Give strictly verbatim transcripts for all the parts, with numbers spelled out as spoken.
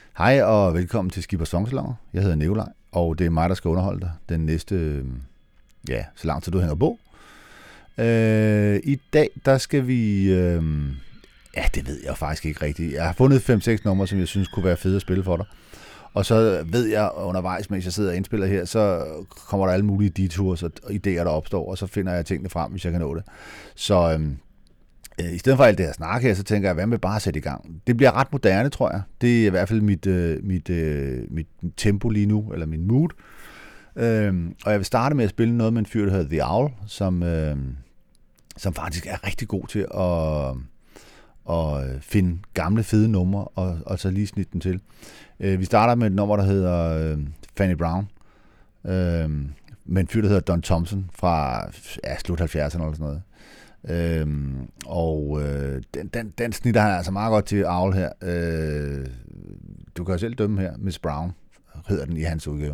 Hej og velkommen til Skipper Songsalon. Jeg hedder Nikolaj, og det er mig, der skal underholde dig den næste, ja, så lang tid du hænger på. Øh, I dag, der skal vi, øh, ja, det ved jeg faktisk ikke rigtigt. Jeg har fundet fem seks numre, som jeg synes kunne være fede at spille for dig. Og så ved jeg undervejs, mens jeg sidder og indspiller her, så kommer der alle mulige detours og idéer, der opstår, og så finder jeg tingene frem, hvis jeg kan nå det. Så øh, i stedet for alt det her snak her, så tænker jeg, hvad med bare at sætte i gang? Det bliver ret moderne, tror jeg. Det er i hvert fald mit, øh, mit, øh, mit tempo lige nu, eller min mood. Øhm, og jeg vil starte med at spille noget med en fyr, der hedder The Owl, som, øh, som faktisk er rigtig god til at, at finde gamle, fede numre, og, og så lige snitte dem til. Øh, vi starter med et nummer, der hedder øh, Fanny Brown, øh, med en fyr, der hedder Don Thompson, fra ja, slut halvfjerdserne eller sådan noget. Øhm, og øh, den, den, den snitter han altså meget godt til Owl her. Øh, du kan jo selv dømme her. Miss Brown hedder den i hans udgave.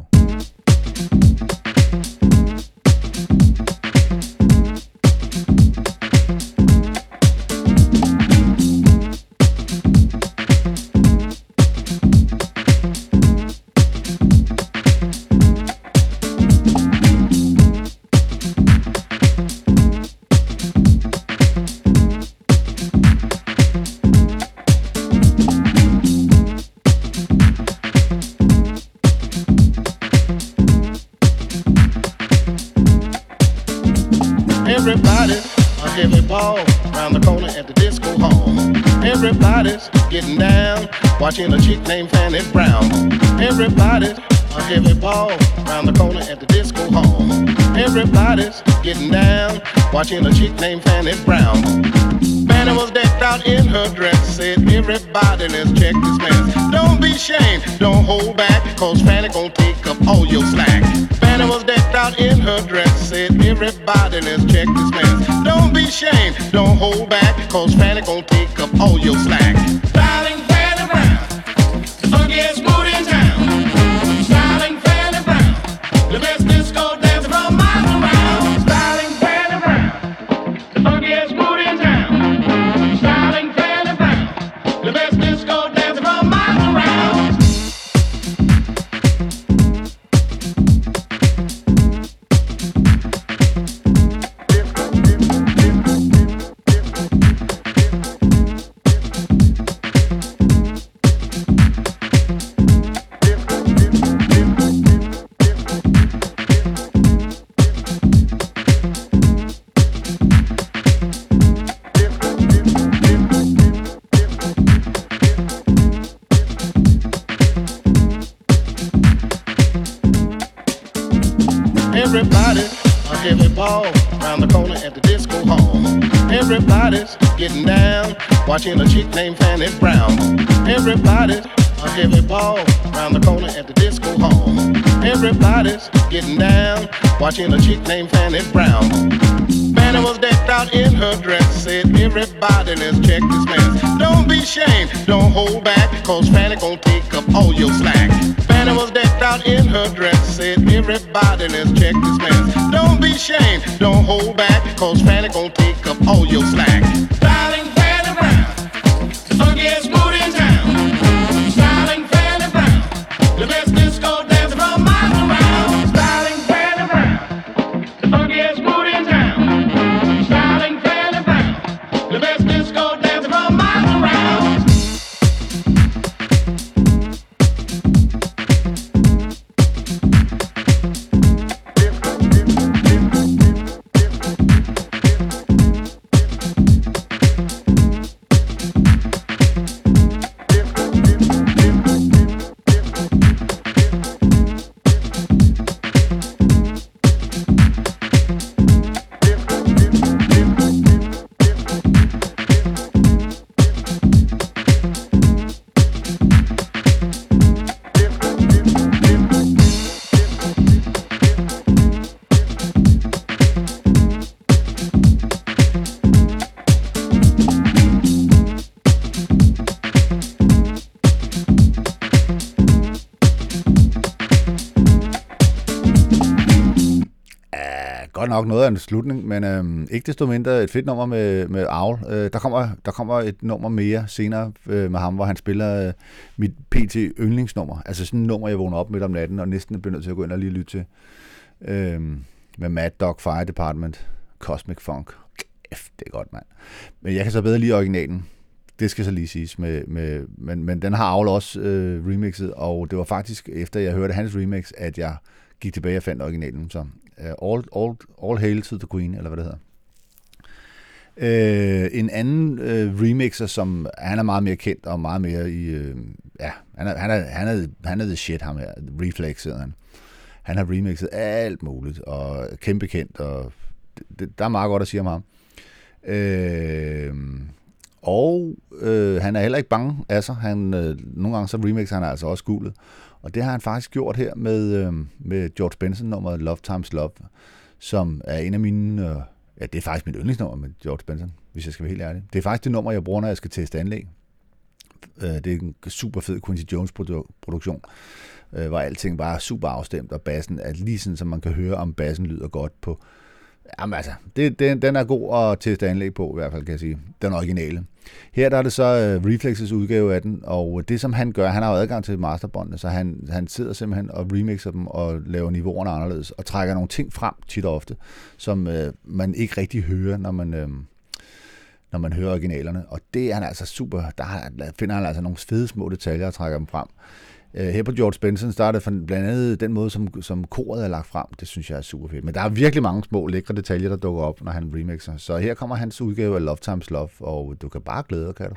Everybody's a heavy ball round the corner at the disco hall. Everybody's getting down, watching a chick named Fanny Brown. Everybody's a heavy ball round the corner at the disco hall. Everybody's getting down, watching a chick named Fanny Brown. Fanny was decked out in her dress, said everybody let's check this mess. Don't be ashamed, don't hold back, cause Fanny gon' take up all your slack. Fanny was decked out in her dress, said everybody let's check this mess. Don't be ashamed, don't hold back, cause Fanny gon' take up all your slack. Styling Fanny Brown, the funkiest mood in town. Styling Fanny Brown, the best disco dancer from miles around. Styling Fanny Brown, the funkiest mood in town. Styling Fanny Brown, the best disco dancer from miles around. Everybody's a heavy ball round the corner at the disco hall. Everybody's getting down, watching a chick named Fanny Brown. Everybody's a heavy ball round the corner at the disco hall. Everybody's getting down, watching a chick named Fanny Brown. Fanny was decked out in her dress, said everybody let's check this mess. Don't be ashamed, don't hold back, cause Fanny gon' take up all your slack. Fanny was decked out in her dress, said everybody let's check this mess. Don't be ashamed, don't hold back, cause Fanny gon' take up all your slack. Styling Fanny Brown, the funkiest mood in town. Styling Fanny Brown, the best disco dancer from miles around. Styling Fanny Brown, the funkiest mood in town. Styling Fanny Brown, the best disco dancer from miles around. godt nok noget af en slutning, men øh, ikke desto mindre et fedt nummer med, med Owl. Øh, der, kommer, der kommer et nummer mere senere øh, med ham, hvor han spiller øh, mit P T yndlingsnummer. Altså sådan et nummer, jeg vågner op midt om natten, og næsten bliver nødt til at gå ind og lige lytte til. Øh, med Mad Dog Fire Department, Cosmic Funk. Kæft, det er godt, mand. Men jeg kan så bedre lide originalen. Det skal så lige siges. Med, med, men, men den har Owl også øh, remixet, og det var faktisk efter jeg hørte hans remix, at jeg gik tilbage og fandt originalen. Så uh, all, all, all hail to the Queen, eller hvad det hedder. Uh, en anden uh, remixer, som han er meget mere kendt og meget mere i... Uh, ja, han er, han, er, han, er, han er the shit, ham her. Reflex hedder han. Han har remixet alt muligt, og kæmpe kendt, og det, der er meget godt at sige om ham. Uh, og uh, han er heller ikke bange af sig. Han, uh, nogle gange så remixer han altså også gulet. Og det har han faktisk gjort her med, øh, med George Benson nummeret Love Times Love, som er en af mine... Øh, ja, det er faktisk mit yndlingsnummer med George Benson, hvis jeg skal være helt ærlig. Det er faktisk det nummer, jeg bruger, når jeg skal teste anlæg. Øh, det er en super fed Quincy Jones produ- produktion, øh, hvor alting bare er super afstemt, og bassen er lige sådan, som man kan høre, om bassen lyder godt på... Jamen altså, det, det, den er god at teste anlæg på, i hvert fald kan jeg sige. Den originale. Her der er det så uh, Reflexes udgave af den, og det som han gør, han har jo adgang til masterbåndene, så han, han sidder simpelthen og remixer dem og laver niveauerne anderledes, og trækker nogle ting frem tit og ofte, som uh, man ikke rigtig hører, når man, uh, når man hører originalerne. Og det er han altså super, der finder han altså nogle fede små detaljer og trækker dem frem. Her på George Benson startede blandt andet den måde, som, som koret er lagt frem. Det synes jeg er super fedt. Men der er virkelig mange små, lækre detaljer, der dukker op, når han remixer. Så her kommer hans udgave af Love Times Love, og du kan bare glæde dig, kan du?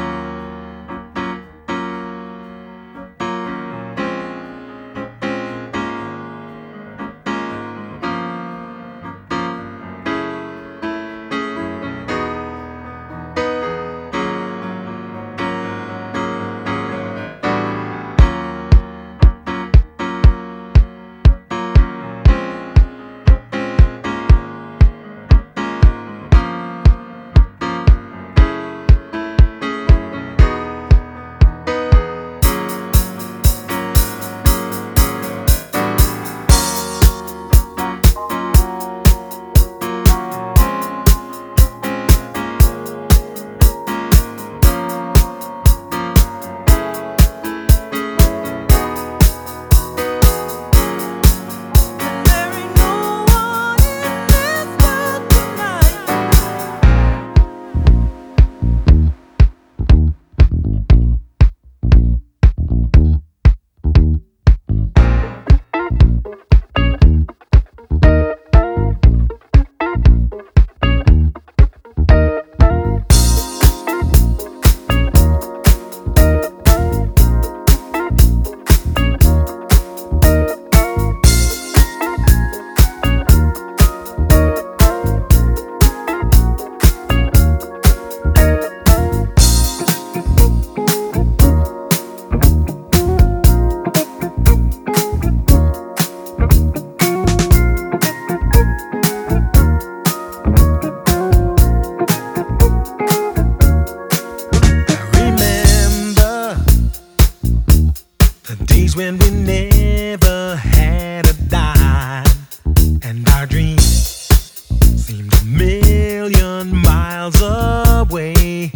when we never had a dime, and our dreams seemed a million miles away.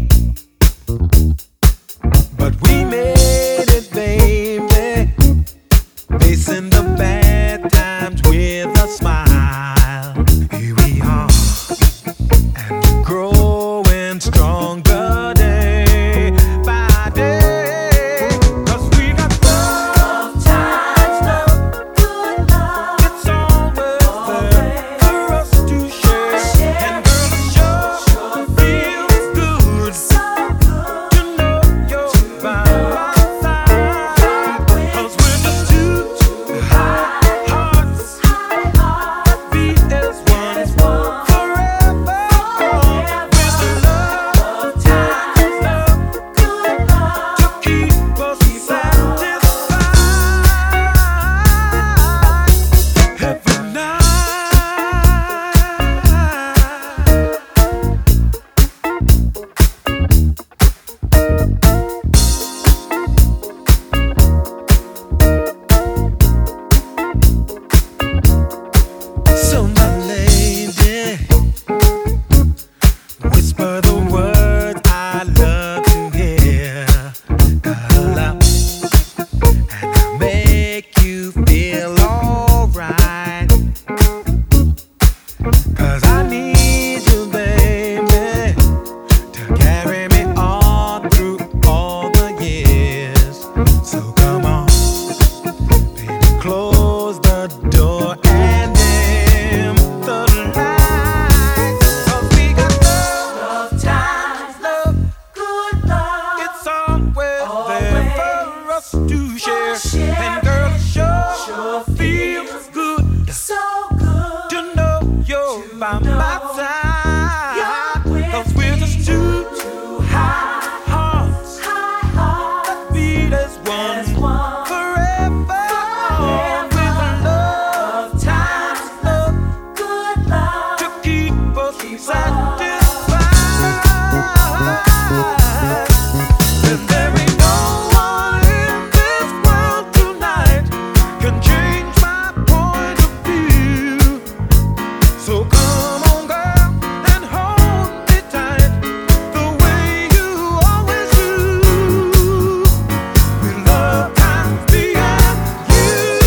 But we made it, baby, facing the bad times with a smile. Here we are, and we're growing stronger day by day. 'Cause we got love times love, good us to share. And girl, it sure feels good, so good to know you're by my side. 'Cause we're just two high hearts that beat as one forever. With love, times love, good love to keep us satisfied. And there ain't no one in this world tonight can change my point of view. So come on, girl, and hold me tight the way you always do. With love times me and you.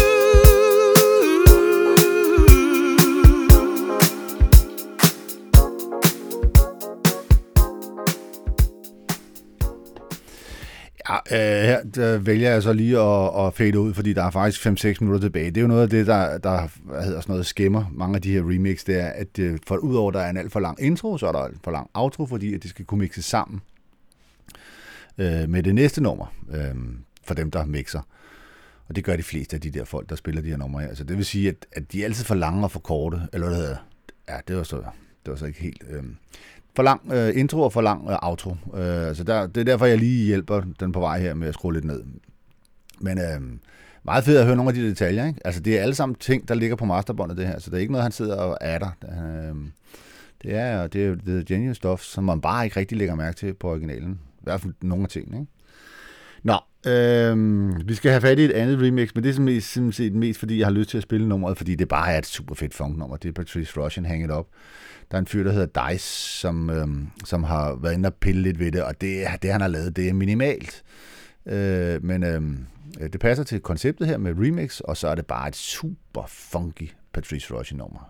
Ja, øh, her der vælger jeg så lige at, at fade ud, fordi der er faktisk fem seks minutter tilbage. Det er jo noget af det, der, der hvad hedder sådan noget, skæmmer mange af de her remix, det er, at øh, for udover der er en alt for lang intro, så er der en for lang outro, fordi at det skal kunne mixes sammen øh, med det næste nummer, øh, for dem, der mixer. Og det gør de fleste af de der folk, der spiller de her numre her. Så det vil sige, at, at de er altid for lange og for korte, eller hvad det hedder. Ja, det var så, det var så ikke helt... Øh, For lang øh, intro og for lang øh, outro. Øh, så der, det er derfor, jeg lige hjælper den på vej her med at skrue lidt ned. Men øh, meget fedt at høre nogle af de detaljer, ikke? Altså, det er alle sammen ting, der ligger på masterbåndet, det her. Så det er ikke noget, han sidder og adder. Øh, det er det er det genuine stuff, som man bare ikke rigtig lægger mærke til på originalen. I hvert fald nogle af tingene, ikke? Nå, øh, vi skal have fat i et andet remix, men det er simpelthen mest, mest fordi, jeg har lyst til at spille nummeret, fordi det bare er et super fedt funknummer. Det er Patrice Rushen, Hang It Up. Der er en fyr, der hedder Dice, som, øhm, som har været inde og pille lidt ved det, og det, det han har lavet, det er minimalt. Øh, men øhm, det passer til konceptet her med remix, og så er det bare et super funky Patrice Rushen nummer.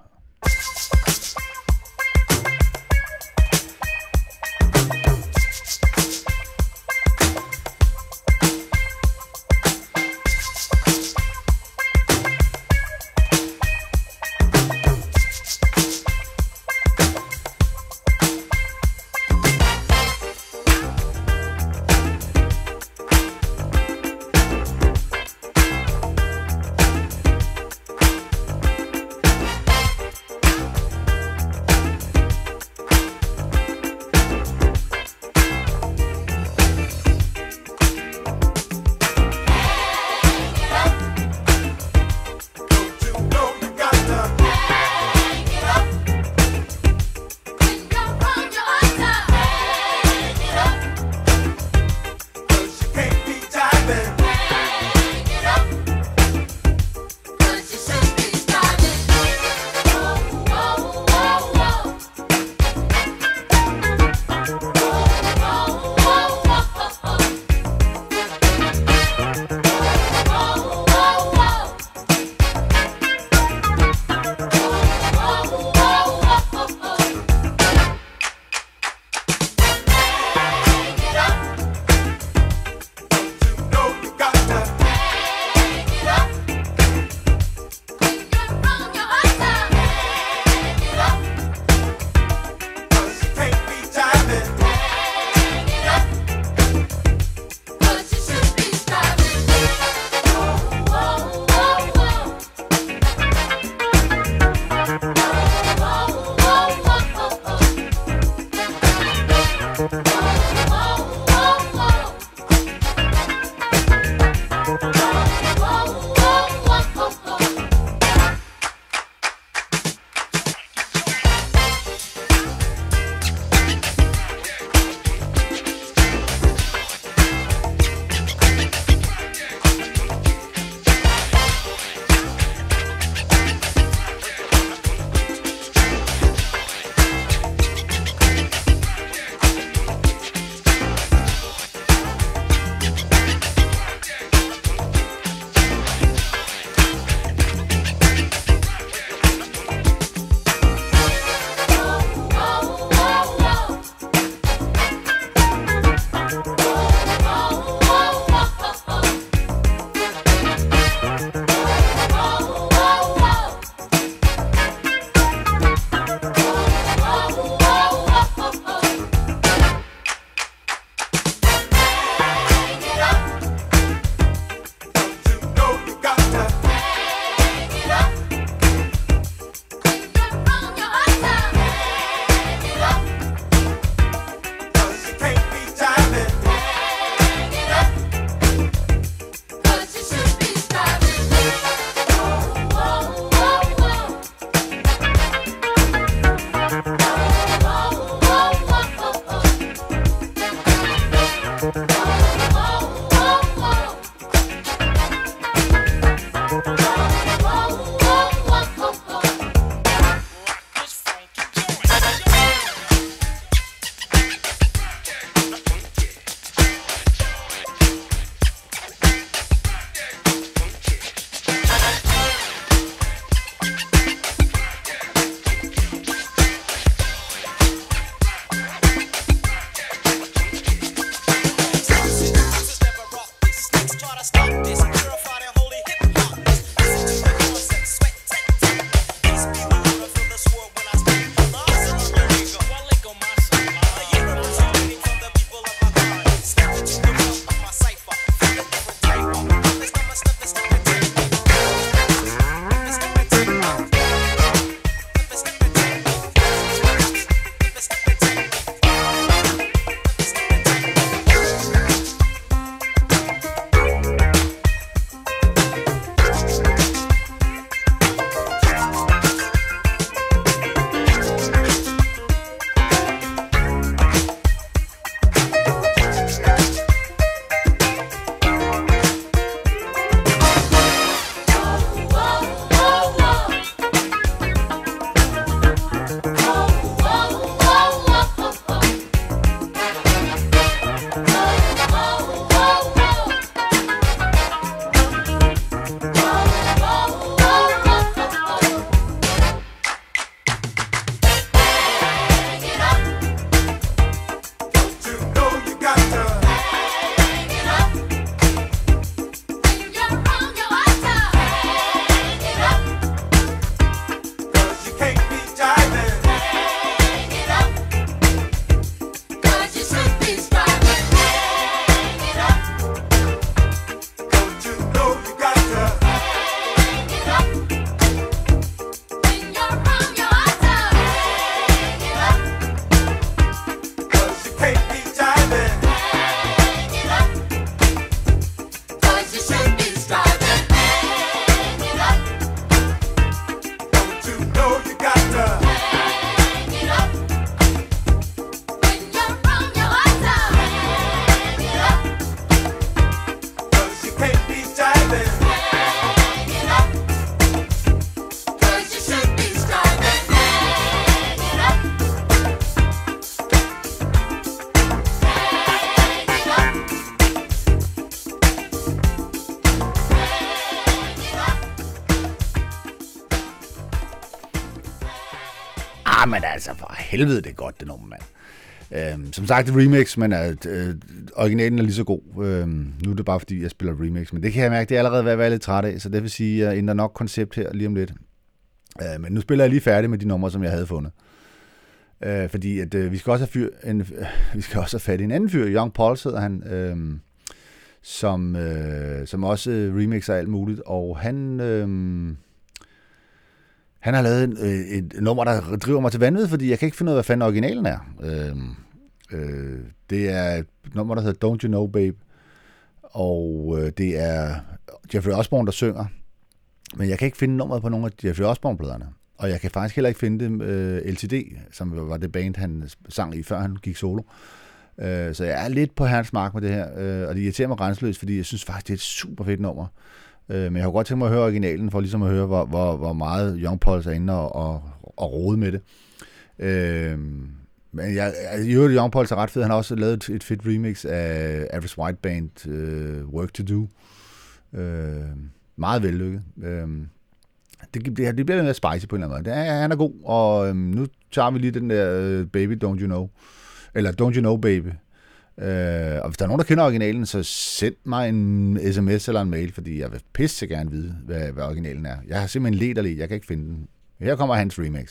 Ah, men altså, for helvede, det er godt, det nummer, mand. Øhm, som sagt, remix, men øh, øh, originalen er lige så god. Øhm, nu er det bare, fordi jeg spiller remix, men det kan jeg mærke, det er allerede ved at være lidt træt af, så det vil sige, at jeg ændrer nok koncept her lige om lidt. Øh, men nu spiller jeg lige færdig med de numre, som jeg havde fundet. Øh, fordi at, øh, vi, skal også have fyr, en, øh, vi skal også have fat i en anden fyr, Young Pulse hedder han, øh, som, øh, som også remixer alt muligt, og han... Øh, Han har lavet et, et nummer, der driver mig til vanvid, fordi jeg kan ikke finde ud af, hvad fanden originalen er. Øh, øh, det er et nummer, der hedder Don't You Know Babe, og øh, det er Jeffrey Osborne, der synger. Men jeg kan ikke finde nummeret på nogle af Jeffrey Osborne-pladerne. Og jeg kan faktisk heller ikke finde det øh, L T D, som var det band, han sang i, før han gik solo. Øh, så jeg er lidt på hans mark med det her, øh, og det irriterer mig grænseløst, fordi jeg synes faktisk, det er et super fedt nummer. Men jeg har godt tænkt mig at høre originalen, for ligesom at høre, hvor, hvor, hvor meget Young Pulse er inde og, og, og rode med det. Øh, men jeg, i øvrigt, Young Pulse er ret fed. Han har også lavet et, et fedt remix af Average White Band, uh, Work To Do. Øh, meget vellykket. Øh, det, det, det bliver lidt mere spicy på en eller anden måde. Det er, han er god, og øh, nu tager vi lige den der uh, Baby Don't You Know, eller Don't You Know Baby. Uh, og hvis der er nogen, der kender originalen, så send mig en sms eller en mail, fordi jeg vil pisse gerne vide, hvad, hvad originalen er. Jeg har simpelthen let og let, jeg kan ikke finde den. Her kommer hans remix.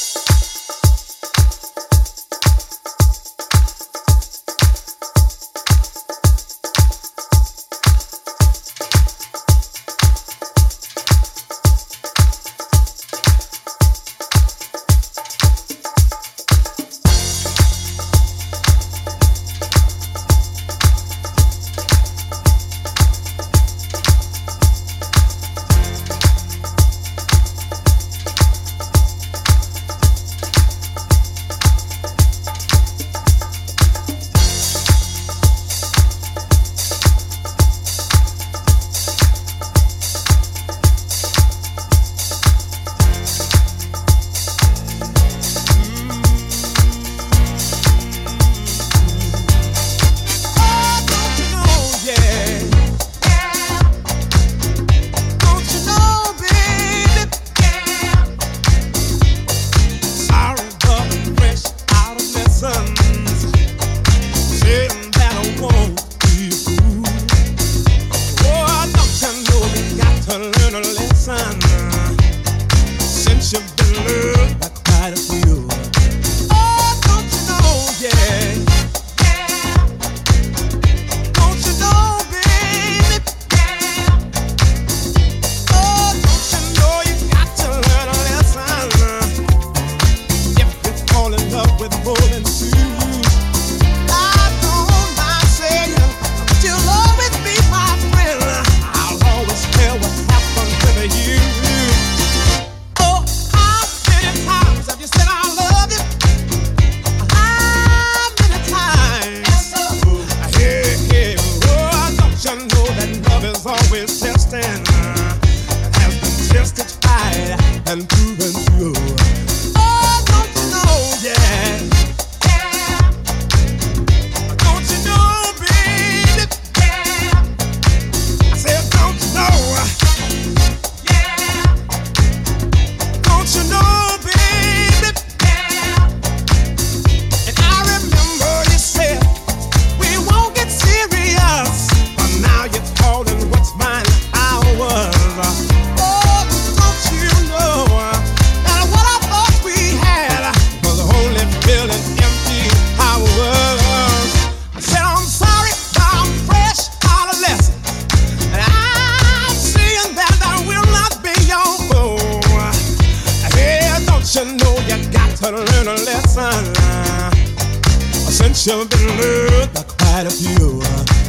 You've been loved by quite a few.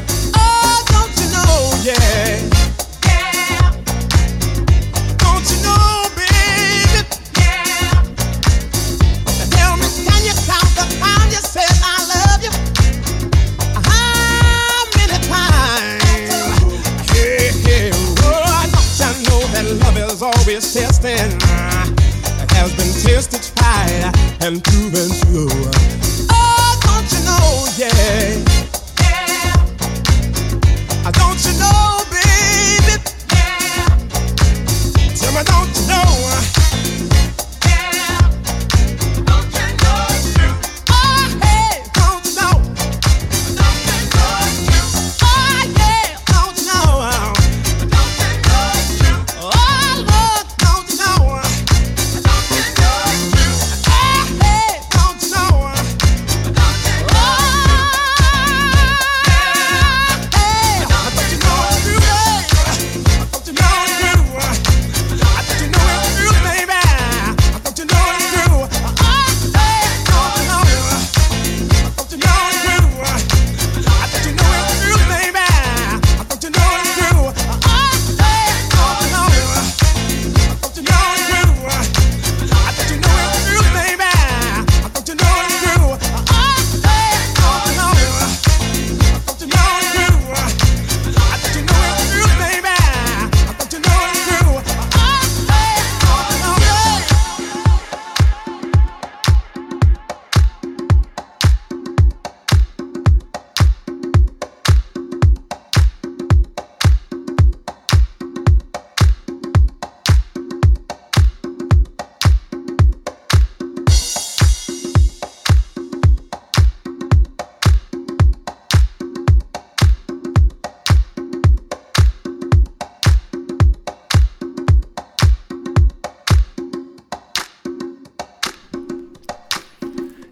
Oh, don't you know, yeah, yeah. Don't you know, baby, yeah. Now tell me, can you count the time you said I love you? How many times? Yeah, yeah. Oh, don't you know that love is always testing? It has been tested, tried, and proven true. Yeah, yeah. Don't you know, baby? Yeah. Tell me, don't you know? Yeah.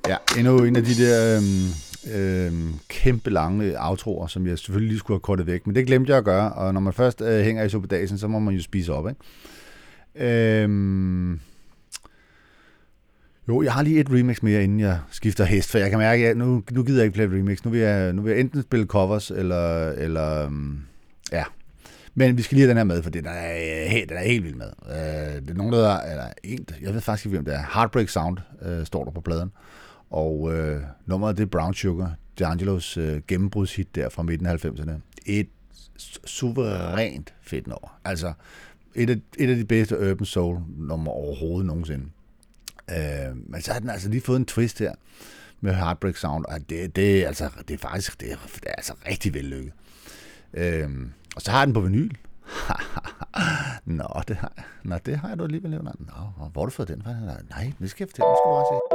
Ja, endnu en af de der øhm, øhm, kæmpe lange outroer, som jeg selvfølgelig lige skulle have kortet væk. Men det glemte jeg at gøre, og når man først øh, hænger i suppedasen, så må man jo spise op, ikke? Øhm, jo, jeg har lige et remix mere, inden jeg skifter hest, for jeg kan mærke, at nu, nu gider jeg ikke play remix. Nu vil jeg, nu vil jeg enten spille covers, eller, eller um, ja. Men vi skal lige have den her med, for den er, helt, den er helt vild med. Uh, det er nogen, der er, eller en, jeg ved faktisk ikke, hvem det er. Heartbreak Sound uh, står der på pladen. Og uh, nummeret, det er Brown Sugar, D'Angelos uh, gennembrudshit der fra midten af halvfemserne. Et suverænt fedt nummer. Altså, et af, et af de bedste urban soul nummer overhovedet nogensinde. Uh, men så har den altså lige fået en twist her med Heartbreak Sound, og det, det, er, altså, det er faktisk det er, det er altså rigtig vellykket. Uh, og så har den på vinyl. Nå, det har jeg. Nå, det har jeg da alligevel nævnt. Nå, hvor har du fået den fra? Nej, det skal jeg fortælle. Nu skal du bare se.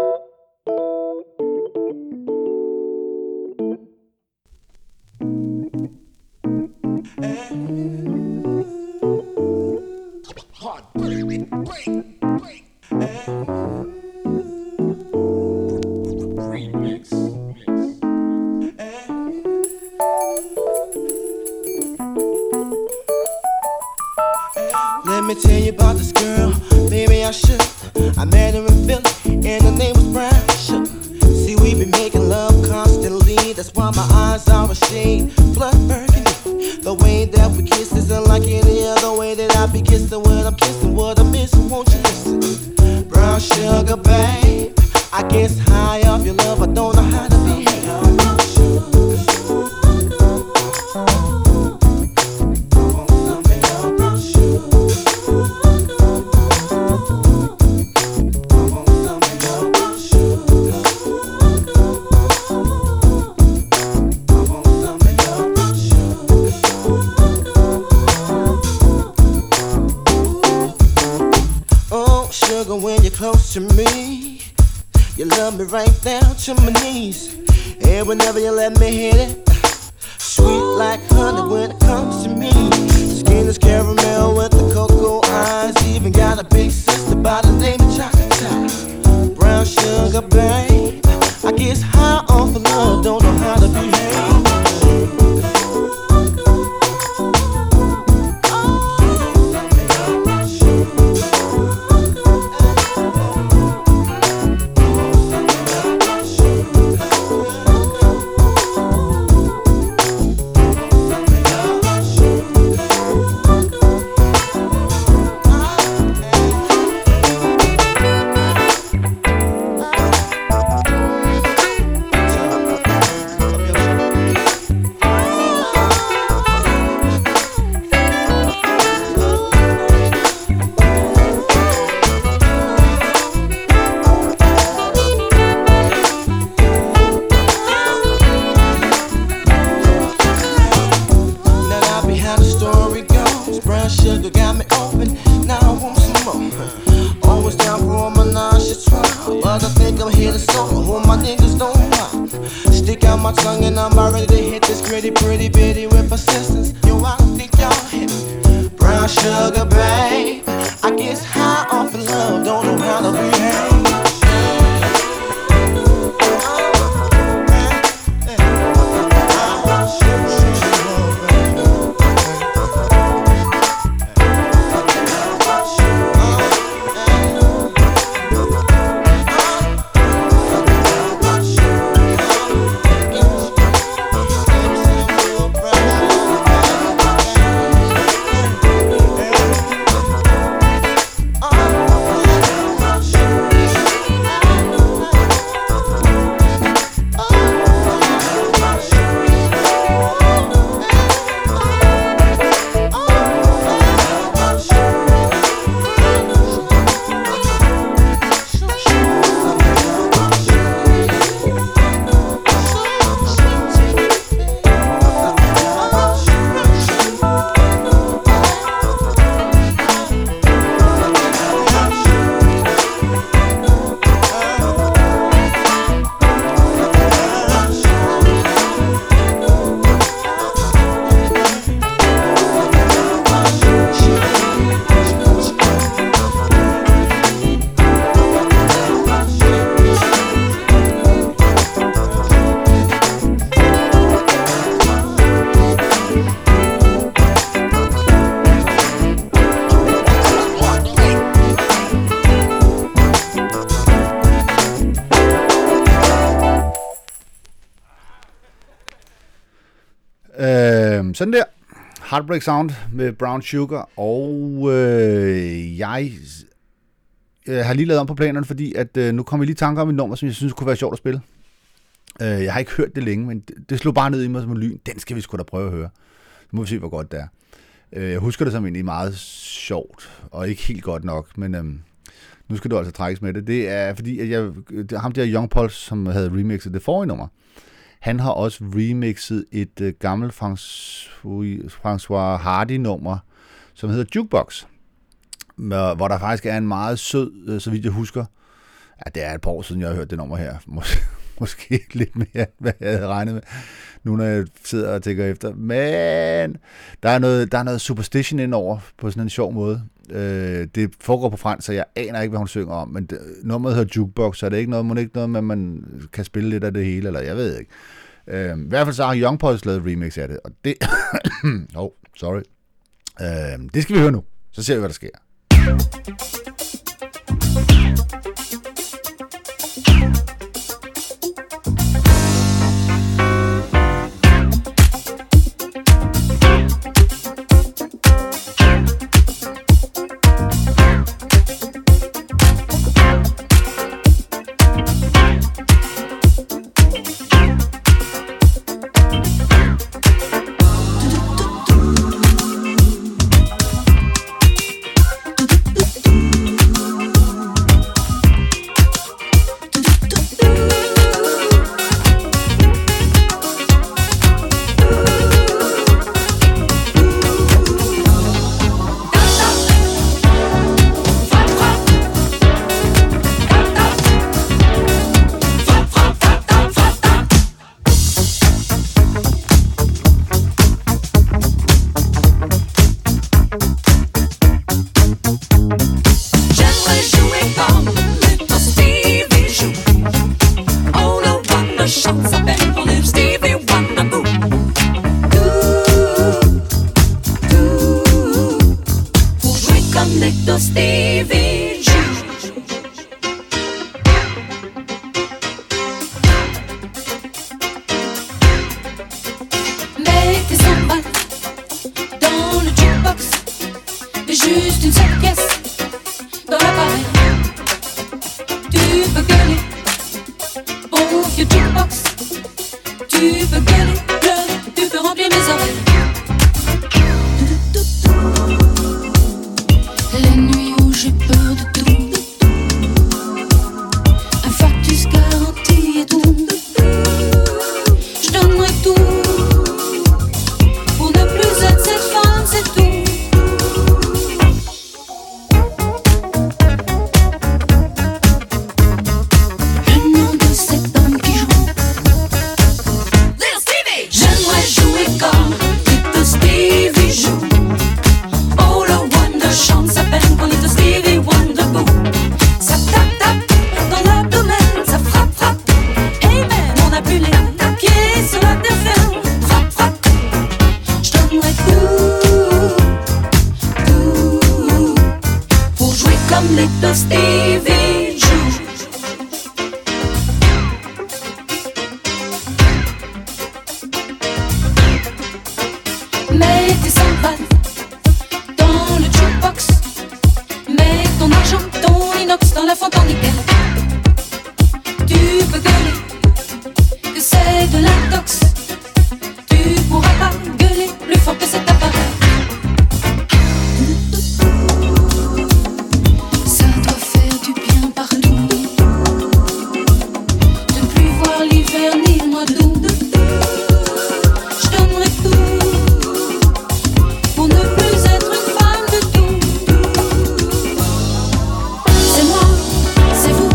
Let me tell you about this girl, maybe I should. I met her in Philly, and her name was Brown Sugar. See, we been making love constantly, that's why my eyes are a shade blood burgundy. The way that we kiss isn't like any other way that I be kissing. What I'm kissing, what I'm missing, won't you listen? Brown sugar, babe, I guess high off your love, I don't know how to behave. When you're close to me, you love me right down to my knees. And whenever you let me hit it, sweet like honey when it comes to me. Skin is caramel with the cocoa eyes. Even got a big sister by the name of Chocolate. Brown sugar, babe, I guess high off of love, don't know how to behave. sådan der. Heartbreak Sound med Brown Sugar, og øh, jeg øh, har lige lavet om på planerne, fordi at øh, nu kommer jeg lige i tanker om et nummer, som jeg synes kunne være sjovt at spille. Øh, jeg har ikke hørt det længe, men det, det slog bare ned i mig som en lyn. Den skal vi sgu da prøve at høre. Så må vi se, hvor godt det er. Øh, jeg husker det som egentlig meget sjovt, og ikke helt godt nok, men øh, nu skal du altså trækkes med det. Det er fordi, at jeg, det, ham der Young Pulse, som havde remixet det forrige nummer, han har også remixet et uh, gammelt François Hardy-nummer, som hedder Jukebox, hvor der faktisk er en meget sød, uh, så vidt jeg husker, ja, det er et par år siden, jeg har hørt det nummer her, Mås- måske lidt mere, hvad jeg havde regnet med, nu når jeg sidder og tænker efter, men der er noget, der er noget superstition indover på sådan en sjov måde. Uh, det foregår på fransk, så jeg aner ikke, hvad hun synger om, men det, nummeret hedder Jukebox, så er det ikke noget, man ikke noget med, at man kan spille lidt af det hele, eller jeg ved ikke. Uh, I hvert fald så har Young Pulse lavet remix af det, og det... oh, sorry. Uh, det skal vi høre nu, så ser vi, hvad der sker. C'est moi, c'est vous.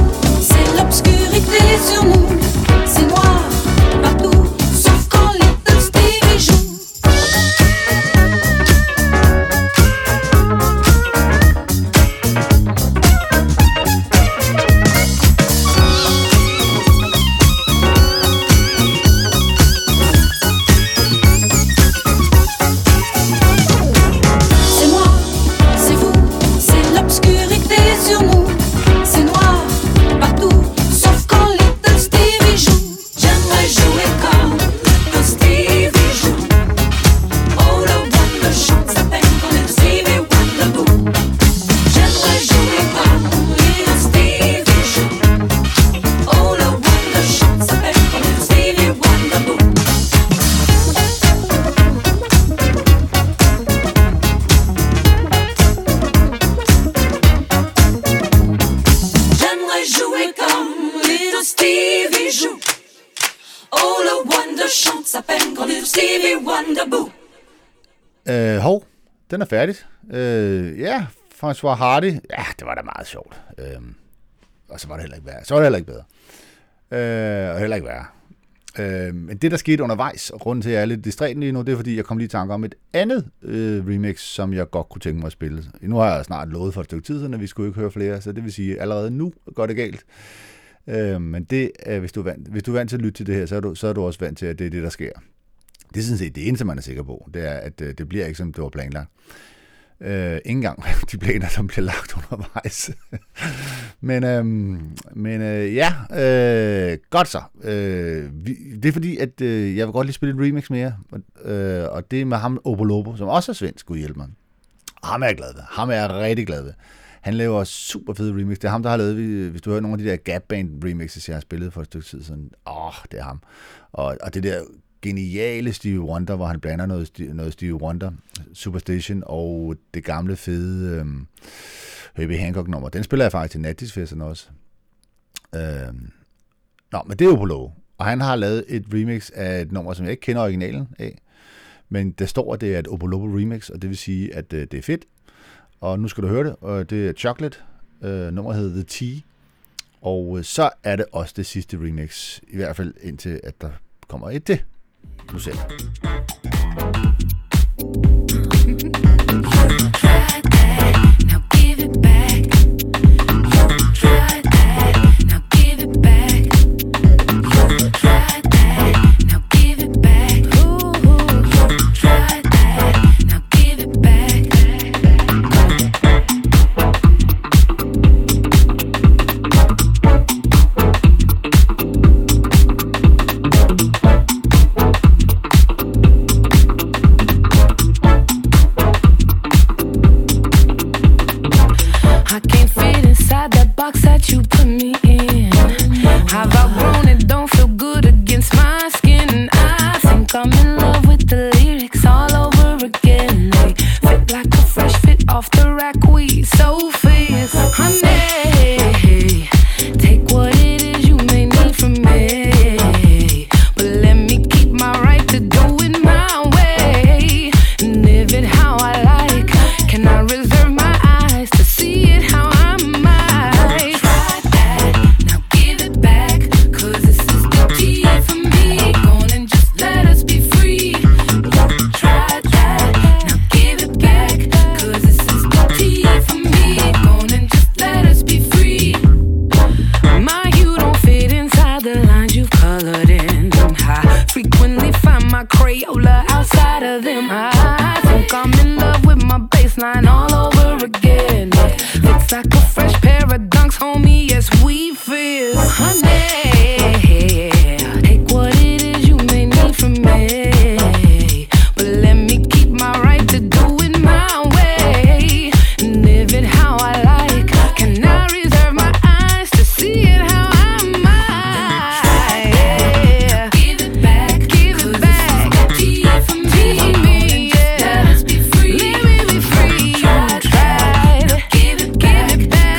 Øh, hov, den er færdig. Øh, ja, François Hardy. Ja, det var da meget sjovt. Øh, og så var det heller ikke værre. Så var det heller ikke bedre. Øh, og heller ikke værre. Øh, men det, der skete undervejs, og grunden til, at jeg er lidt distræt lige nu, det er, fordi jeg kom lige i tanke om et andet øh, remix, som jeg godt kunne tænke mig at spille. Nu har jeg snart lovet for et stykke tid siden, at vi skulle ikke høre flere, så det vil sige, at allerede nu går det galt. Øh, men det, øh, hvis, du er vant, hvis du er vant til at lytte til det her, så er, du, så er du også vant til, at det er det, der sker. Det er sådan set det eneste, man er sikker på. Det er, at øh, det bliver ikke, som det var planlagt. Øh, ikke engang de planer, som bliver lagt undervejs. men øhm, men øh, ja, øh, godt så. Øh, vi, det er fordi, at øh, jeg vil godt lige spille et remix mere. Øh, og det er med ham, Opolopo, som også er svensk, skulle hjælpe mig. Ham er jeg glad ved. Ham er jeg rigtig glad ved. Han laver super fede remix. Det er ham, der har lavet, hvis du hører nogle af de der Gap Band remixes, jeg har spillet for et stykke tid siden. Åh, oh, det er ham. Og, og det der geniale Stevie Wonder, hvor han blander noget, noget Stevie Wonder, Superstation, og det gamle fede øhm, Herbie Hancock-nummer. Den spiller jeg faktisk til nattisfesterne også. Øhm, Nå, men det er jo på lov. Og han har lavet et remix af et nummer, som jeg ikke kender originalen af. Men der står, at det er et Opolopo remix, og det vil sige, at øh, det er fedt. Og nu skal du høre det, og det er Chocolate. Øh, nummeret hedder The Tea. Og øh, så er det også det sidste remix, i hvert fald indtil, at der kommer et til. Nu ser jeg. Give it back.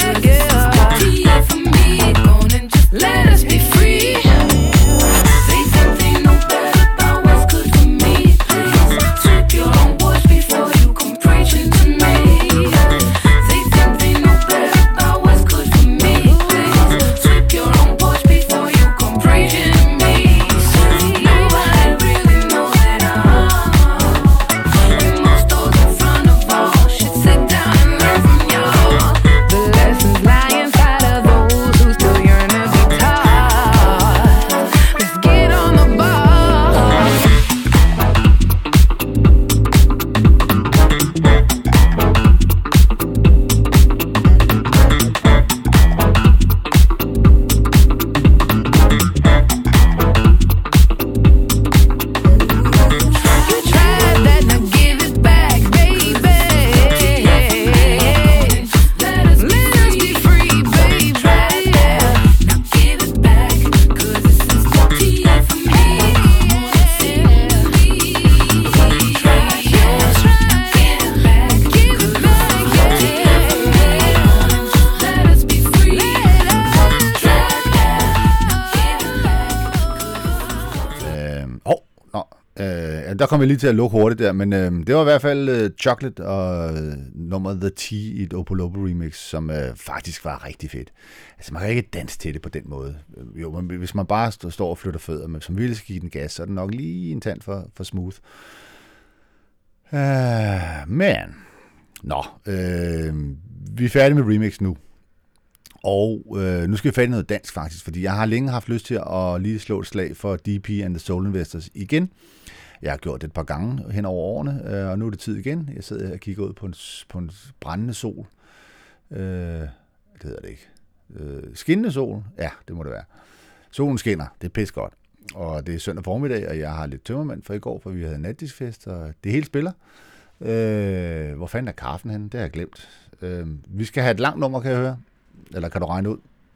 der kom jeg lige til at lukke hurtigt der, men øh, det var i hvert fald øh, Chocolate og øh, nummeret The Tea i et Opolopo remix, som øh, faktisk var rigtig fedt. Altså, man kan ikke danse til det på den måde. Jo, men hvis man bare stå, står og flytter fødder, men som virkelig skal give den gas, så er det nok lige en tand for, for smooth. Uh, men, nå, øh, vi er færdige med remix nu. Og øh, nu skal vi fat i noget dansk faktisk, fordi jeg har længe haft lyst til at lige slå et slag for D P and the Soul Investors igen. Jeg har gjort det et par gange hen over årene, øh, og nu er det tid igen. Jeg sidder og kigger ud på en, på en brændende sol. Øh, det hedder det ikke. Øh, skinnende sol? Ja, det må det være. Solen skinner, det er pis godt. Og det er søndag formiddag, og jeg har lidt tømmermand fra i går, for vi havde natdiskfest, og det hele spiller. Øh, hvor fanden er kaffen henne? Det har jeg glemt. Øh, vi skal have et langt nummer, kan jeg høre. Eller kan du regne ud?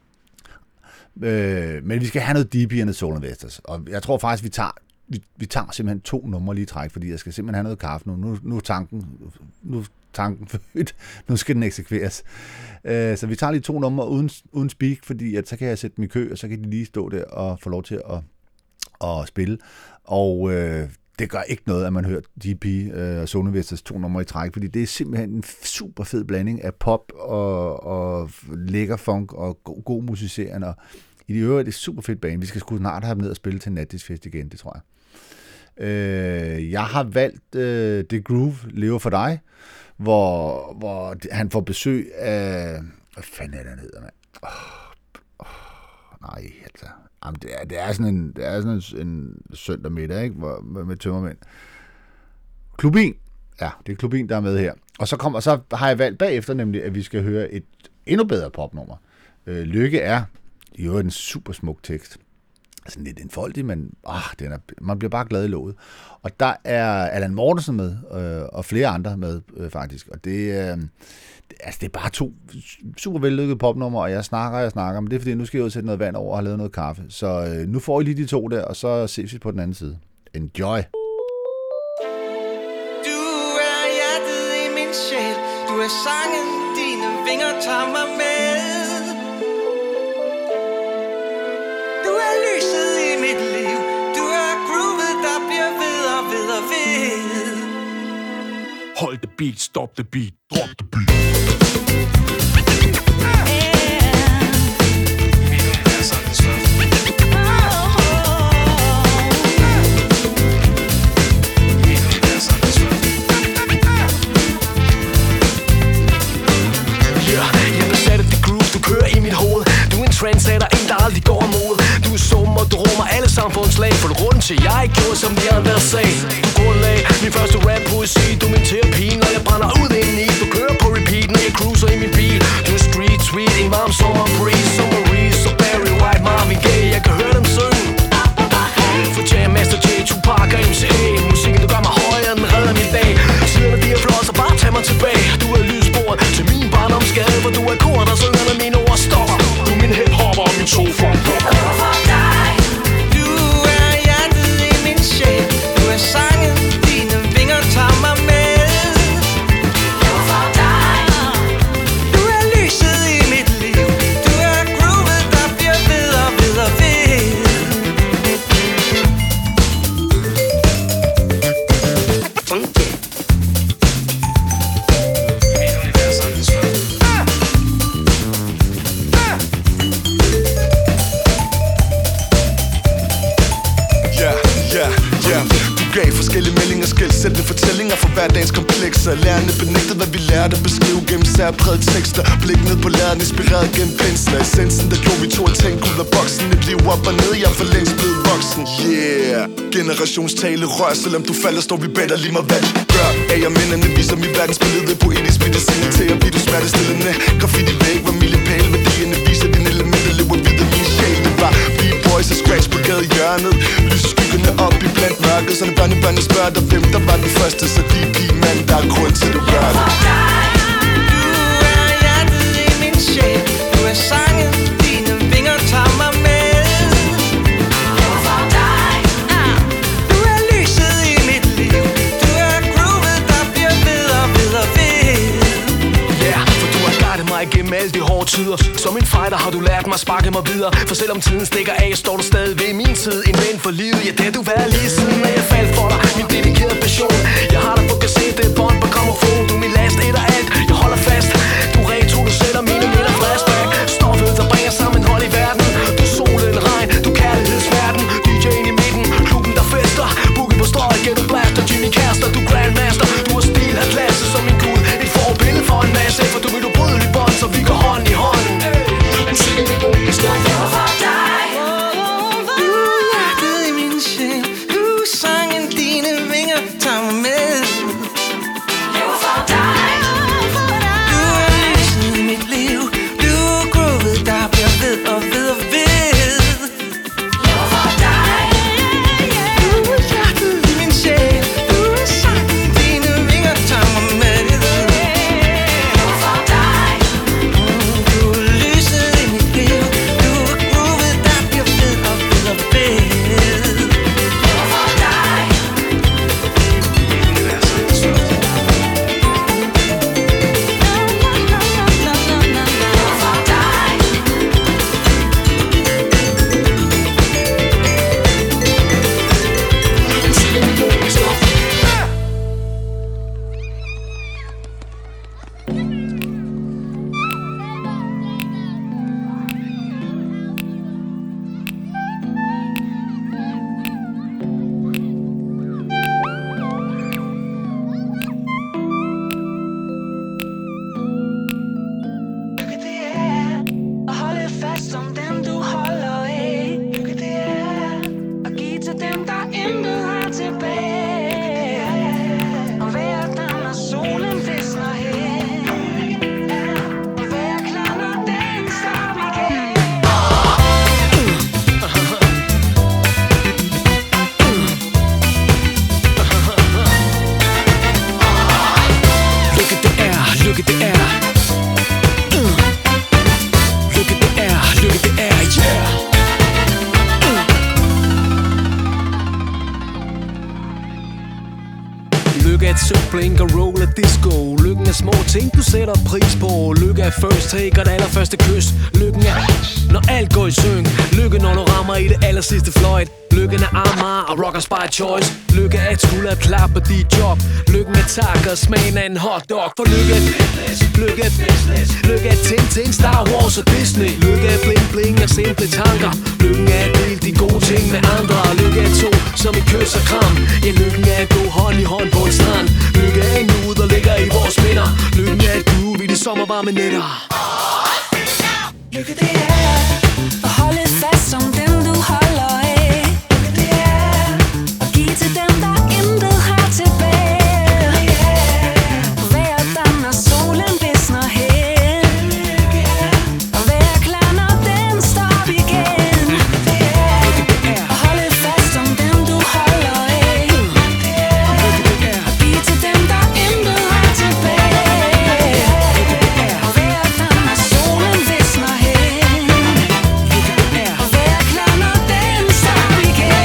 Øh, men vi skal have noget D P and the Soul Investors. Og jeg tror faktisk, vi tager, vi, vi tager simpelthen to numre lige i træk, fordi jeg skal simpelthen have noget kaffe nu. Nu, nu er tanken, nu er tanken født. Nu skal den eksekveres. Øh, så vi tager lige to numre uden, uden speak, fordi at så kan jeg sætte dem i kø, og så kan de lige stå der og få lov til at, at spille. Og øh, det gør ikke noget, at man hører D P og uh, Soul Investors to numre i træk, fordi det er simpelthen en super fed blanding af pop og, og lækker funk og god, god musicering. Og i de øvrigt er det super fedt band. Vi skal sgu snart have dem ned og spille til natdiskfest igen, det tror jeg. Uh, jeg har valgt uh, The Groove lever for dig, hvor, hvor han får besøg af... Hvad fanden er det, han hedder, mand? Oh, oh, nej, altså... Jamen, det, er, det er sådan en, det er sådan en, en søndag middag, ikke? Hvor, med, med tømmermænd. Klubin. Ja, det er Klubin, der er med her. Og så, kom, og så har jeg valgt bagefter nemlig, at vi skal høre et endnu bedre popnummer. Øh, Lykke er i øvrigt en super smuk tekst. Altså lidt enfoldig, men ah, den er, man bliver bare glad i låget. Og der er Allan Mortensen med, øh, og flere andre med, øh, faktisk. Og det, øh, altså, det er bare to super vellykkede popnumre, og jeg snakker, jeg snakker, men det er fordi, nu skal jeg jo sætte noget vand over og have lavet noget kaffe. Så øh, nu får I lige de to der, og så ses vi på den anden side. Enjoy! Du er hjertet i min sjæl, du er sangen, dine vinger tager mig med. Du er lyset i mit liv, du er groovet, der bliver ved og ved og ved. Hold the beat, stop the beat, drop the beat. Trendsetter, en der aldrig går imod. Du er sum og du rummer alle samfundslag. For du grund til, jeg ikke gjorde som de andre sagde. Du grundlag, min første rap-poesi. Du er min terapi, når jeg brænder ud indeni. Du kører på repeat, når jeg cruiser i min bil. Du er street sweet, en varm sommer breeze. Summer Reese og Barry White, Marvin Gaye. Jeg kan høre dem synge. For Jam, Master J, Tupac og M C A. Musikken, du gør mig højere, den redder min dag. Siderne, de er flot, så bare tag mig tilbage. Du er lysbord til min barndomsgade. For du er kor, der synger, når mine ord stopper. Du er min hip-hopper og min sofa. Du er hjertet i min sjæl, du er sangen, dine vinger tager mig med. Du er lyset i mit liv, du er groovet, der bliver ved og ved og ved. Gav forskellige meldinger, skældsættende fortællinger for hverdagens komplekser. Lærerne benægtede, hvad vi lærte, beskrive gennem særprægede tekster. Blik ned på læreren, inspireret gennem pensler. Essensen, der gjorde vi to at tænke ud af boksen. Et liv op og ned, jeg er for længst blevet voksen. Yeah, generationstale rør, selvom du falder, står vi bedre lige meget hvad du gør. Af jeg minderne viser mit verdensbillede, poetisk medicin til at blive du smertestillende. Graffiti væk, var milepæle, værdierne viser dine elementer, lever videre min sjæl. Det var B-boys og scratch på gadehjørnet. Lyser skyggerne op i blandt mørket, så når børnebørnene spørger dig, hvem der var den første. Så de er mand, der er grund til, du gør det. Du er hjertet i min sjæl, du er sangen, dine vinger tager mig med. Du er lyset i mit liv, du er groovet, der bliver ved og ved og ved. Yeah, for du har guidet mig igennem alle de hårde tider. Som en fighter har du lært mig at sparke mig videre. For selvom tiden stikker af, står du stadig ved min side. En ven for livet, ja det har du været lige siden. Når jeg faldt for dig, min dedikerede passion. Jeg har dig på kassette, bånd på grammofon. Du er min last, et og alt, jeg holder fast. Du er retro, du sætter mine minder flashback. Stoffet, der bringer sammen hold i verden. Du er solen, regn, du er kærlighedsverden. D J'en i midten, klubben der fester. Boogie på strøget, get du blaster. Jimmy Kaster, du grandmaster. Du har stil, har klasse som en gud. Et forbillede for en masse, for du vil ubrydeligt bånd, så vi går hånd i hånd. Musikken står for dig. Du hjertet i min sjæl. Du sangen, dine vinger tager mig med. Lever for dig. Du er lyset i mit liv. Du er groovet, der bliver ved og ved og ved. Lever for dig. Du er hjertet i min sjæl. Du er sangen, dine vinger tager mig med. Lever for dig. Du er lyset i mit liv. Du er groovet, der bliver ved og ved og ved. Lever for dig. Lever for dig. Lykke det er at holde fast om dem du holder af. Lykke det er at give til dem der intet har tilbage. Og være der når solen visner hen. Og være klar når dagen står igen. Lykke det er, lykke det er. Mm. Lykke det er, lykke det er, yeah. Lykke er et sødt blink og roll af disco. Lykken er små ting, du sætter pris på. Lykke er first take og det allerførste kys. Lykken er, når alt går i synk. Lykke når du rammer i det aller sidste fløjt. Lykken er Amager og rockers by choice. Lykke er et skulderklap på dit job. Lykken er tak og smagen af en hotdog. For lykke er fitness, lykke er business. Lykke er Tintin, Star Wars og Disney. Lykke er bling bling og simple tanker. Lykken er at dele de gode ting med andre. Lykke er to som i kys og kram. Ja, lykken er at gå hånd i hånd på en strand. Lykke er en nude, der ligger i vores minder. Lykken er et groove i de sommervarme nætter. Lykke det er at holde fast om dem du holder af. Lykke det er at give til dem der intet har tilbage. Og være der når solen visner hen. Og være klar når den står op igen. At holde fast om dem du holder af. Og give til dem der intet har tilbage. Og være der når solen visner hen. Og være klar når den står op igen.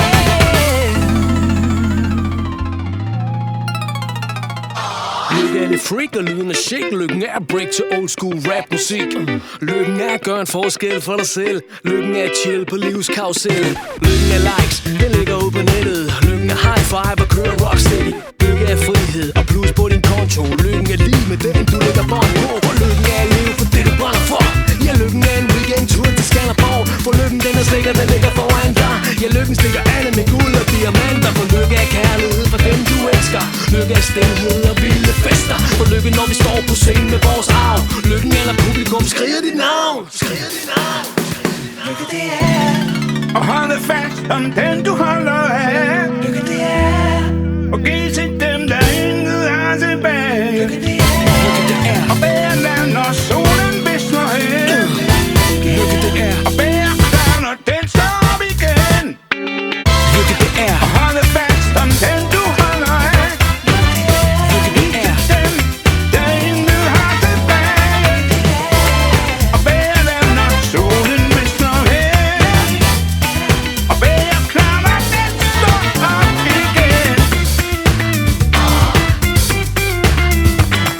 Lykke er lidt freak og lyden er shit. Lykken er at break til old school rap musik. Lykken er at gøre en forskel for dig selv. Lykken er at chill på livs karusel. Lykken er likes, den ligger ude på nettet. Lykken er high five og kører rocksteady. Lykke er frihed og plus på din konto. Lykken er lige med den du lægger bånd på. For lykken er at leve for det du brænder for. Ja, lykken er en weekend-tur til Skanderborg. For lykken den er sikker, den ligger foran dig. Ja, lykken stikker alle med guld og diamanter. For lykke er kærlighed for dem du elsker. Lykke er stilhed og vilde fester. For lykke når vi står på scenen med vores arv. Lykken er når publikum skriger dit navn. Skriger dit navn. Lykke det er Og holde fast om den du holder af. Lykke det er Og giv til dem der intet har tilbage. Lykke det er Og bære land når solen visner hen. Lykke det er, Og bære klar når den står op igen. lykke det er, Og holde fast om den du holder af. lykke det er. Dem der intet har tilbage. Og bære land når solen visner hen. Og bære klar når den står op igen.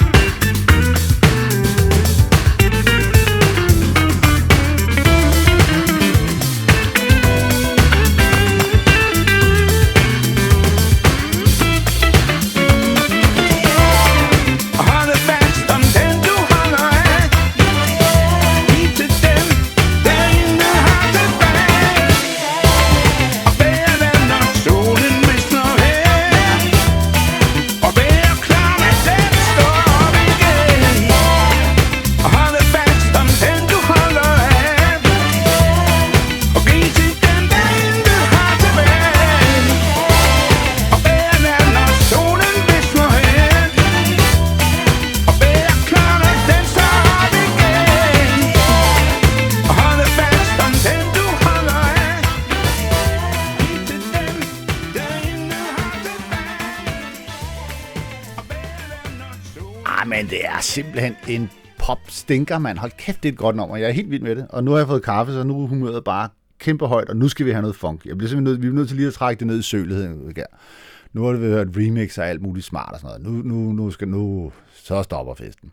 simpelthen en pop-stinker, mand. Hold kæft, det er et godt nummer. Jeg er helt vild med det. Og nu har jeg fået kaffe, så nu er humøret bare kæmpe højt, og nu skal vi have noget funk. Jeg bliver simpelthen nødt, vi er nødt til lige at trække det ned i søligheden. Nu har det hørt remix og alt muligt smart og sådan noget. Nu, nu, nu skal nu, så stopper festen.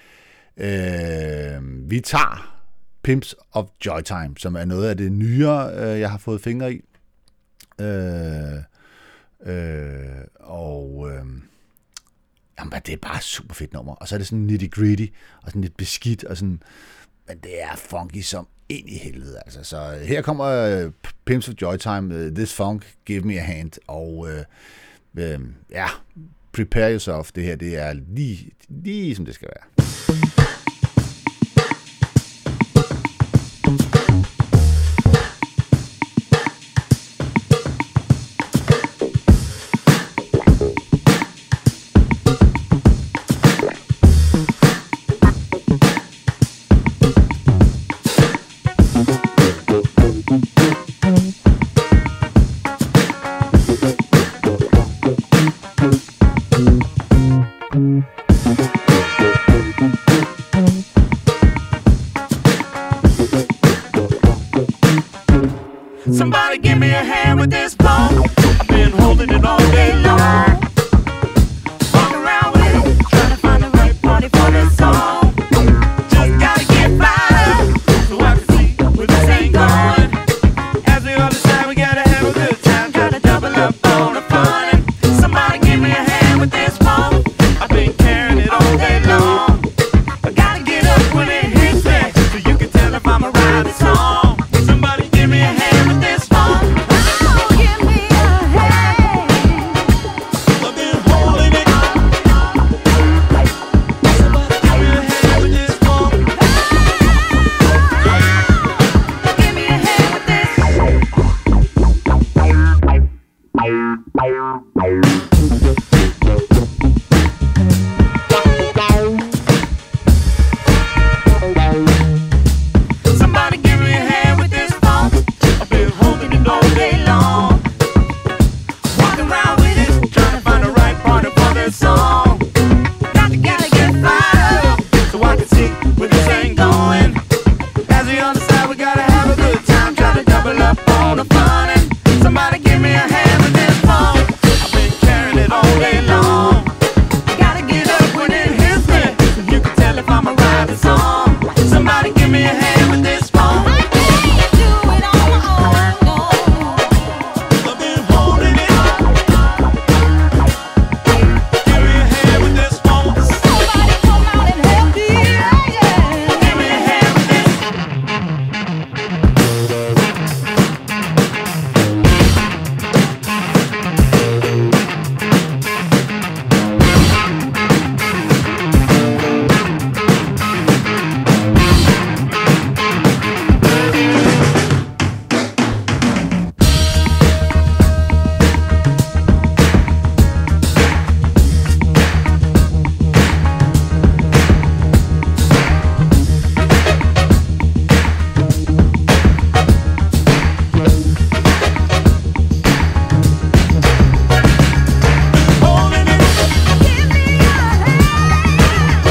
Øh, vi tager Pimps of Joytime, som er noget af det nyere, øh, jeg har fået fingre i. Øh, øh, og øh, jamen, det er bare et super fedt nummer. Og så er det sådan nitty-gritty, og sådan lidt beskidt, og sådan, men det er funky som ind i helvede. Altså. Så her kommer uh, Pimps of Joytime, uh, This Funk, Give Me a Hand, og uh, uh, ja, prepare yourself. Det her, det er lige, lige som det skal være. Somebody give me a hand with this phone. I've been holding it all day long. Walking around with it, trying to find the right party for this song. Just gotta get fired up so I can see where this ain't going. As we all decide, we gotta have a good time, try to double up on the fun. Somebody give me a hand with this phone. I've been carrying it all day long. I gotta get up when it hits me, so you can tell if I'm a ride the song. Somebody give me a hand with this phone. Oh, give me a hand. I've been holding it. Somebody give me a hand with this phone. Give me a hand with this. Somebody give me a hand with this phone. I've been holding it all day long. Walking around with it, trying to find the right part for this song. Got to gotta get fired up so I can see where this ain't going. As we on the side, we gotta have a good time, trying to double up on the fun. And somebody give me a hand with this phone. I've been carrying it all day long. Gotta get up when it hits me, so you can tell if I'm a ride the song. Somebody give me a hand with this phone. I can't do it on my own, no. I've been holding it. Give me a hand with this phone. Somebody come out and help me, yeah. Give me a hand with this. Holding it. Give me a hand.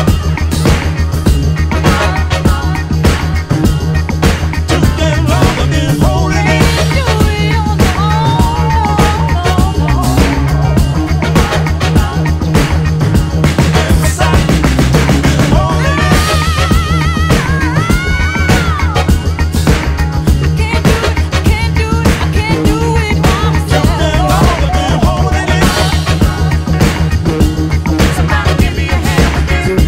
Too damn long I've been holding it. Do it on your own. Inside, holding it. Can't do it, I can't do it, I can't do it myself. Too damn long I've been holding it. Somebody give me a hand with this.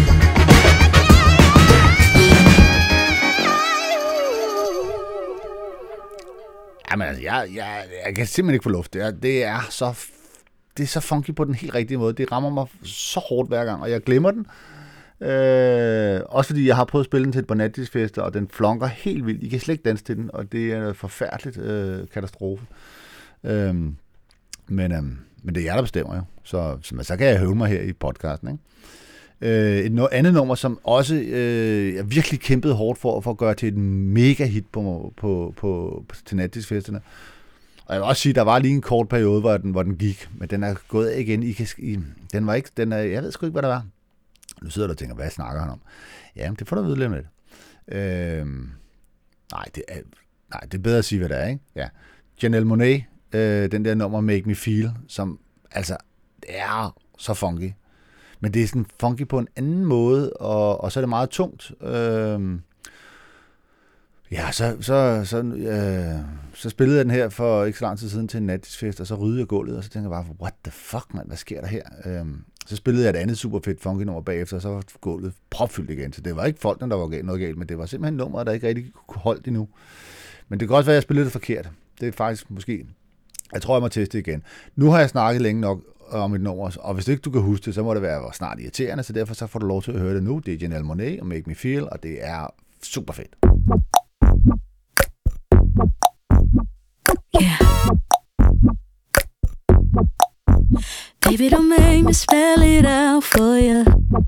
Jamen altså, jeg, jeg, jeg kan simpelthen ikke få luft. Det er, det er så f- det er så funky på den helt rigtige måde. Det rammer mig så hårdt hver gang, og jeg glemmer den. Øh, også fordi jeg har prøvet at spille den til et Bonattis-fest, og den flonker helt vildt. I kan slet ikke danse til den, og det er en forfærdeligt øh, katastrofe. Øh, men, øh, men det er jer, der bestemmer jo. Så, så, så kan jeg høve mig her i podcasten, ikke? Øh, et no- andet nummer, som også øh, jeg virkelig kæmpede hårdt for, for at gøre til et mega hit på, på, på, på til nattisfesterne. Og jeg vil også sige, der var lige en kort periode, hvor den, hvor den gik, men den er gået af igen. I kan, I, den var ikke, den er, jeg ved sgu ikke, hvad der var. Nu sidder du og tænker, hvad snakker han om? Jamen, det får du at vide lidt med det. Øh, nej, det er, nej, det er bedre at sige, hvad det er, ikke? Ja. Janelle Monáe, øh, den der nummer Make Me Feel, som altså, det er så funky. Men det er sådan funky på en anden måde, og, og så er det meget tungt. Øh, ja, så, så, så, øh, så spillede jeg den her for ikke så lang tid siden til en nattisfest, og så ryddede jeg gulvet, og så tænkte jeg bare, what the fuck, mand, hvad sker der her? Øh, så spillede jeg et andet super fedt funky nummer bagefter, og så var gulvet propfyldt igen. Så det var ikke folk, der var galt, noget galt, men det var simpelthen nummer, der ikke rigtig kunne holde endnu. Men det kan også være, at jeg spillede det forkert. Det er faktisk måske... Jeg tror, jeg må teste igen. Nu har jeg snakket længe nok om et nummer, og hvis ikke du kan huske det, så må det være snart irriterende, så derfor så får du lov til at høre det nu. Det er Janelle Monáe og Make Me Feel, og det er super fedt. Yeah. Baby, don't make me spell it out for you.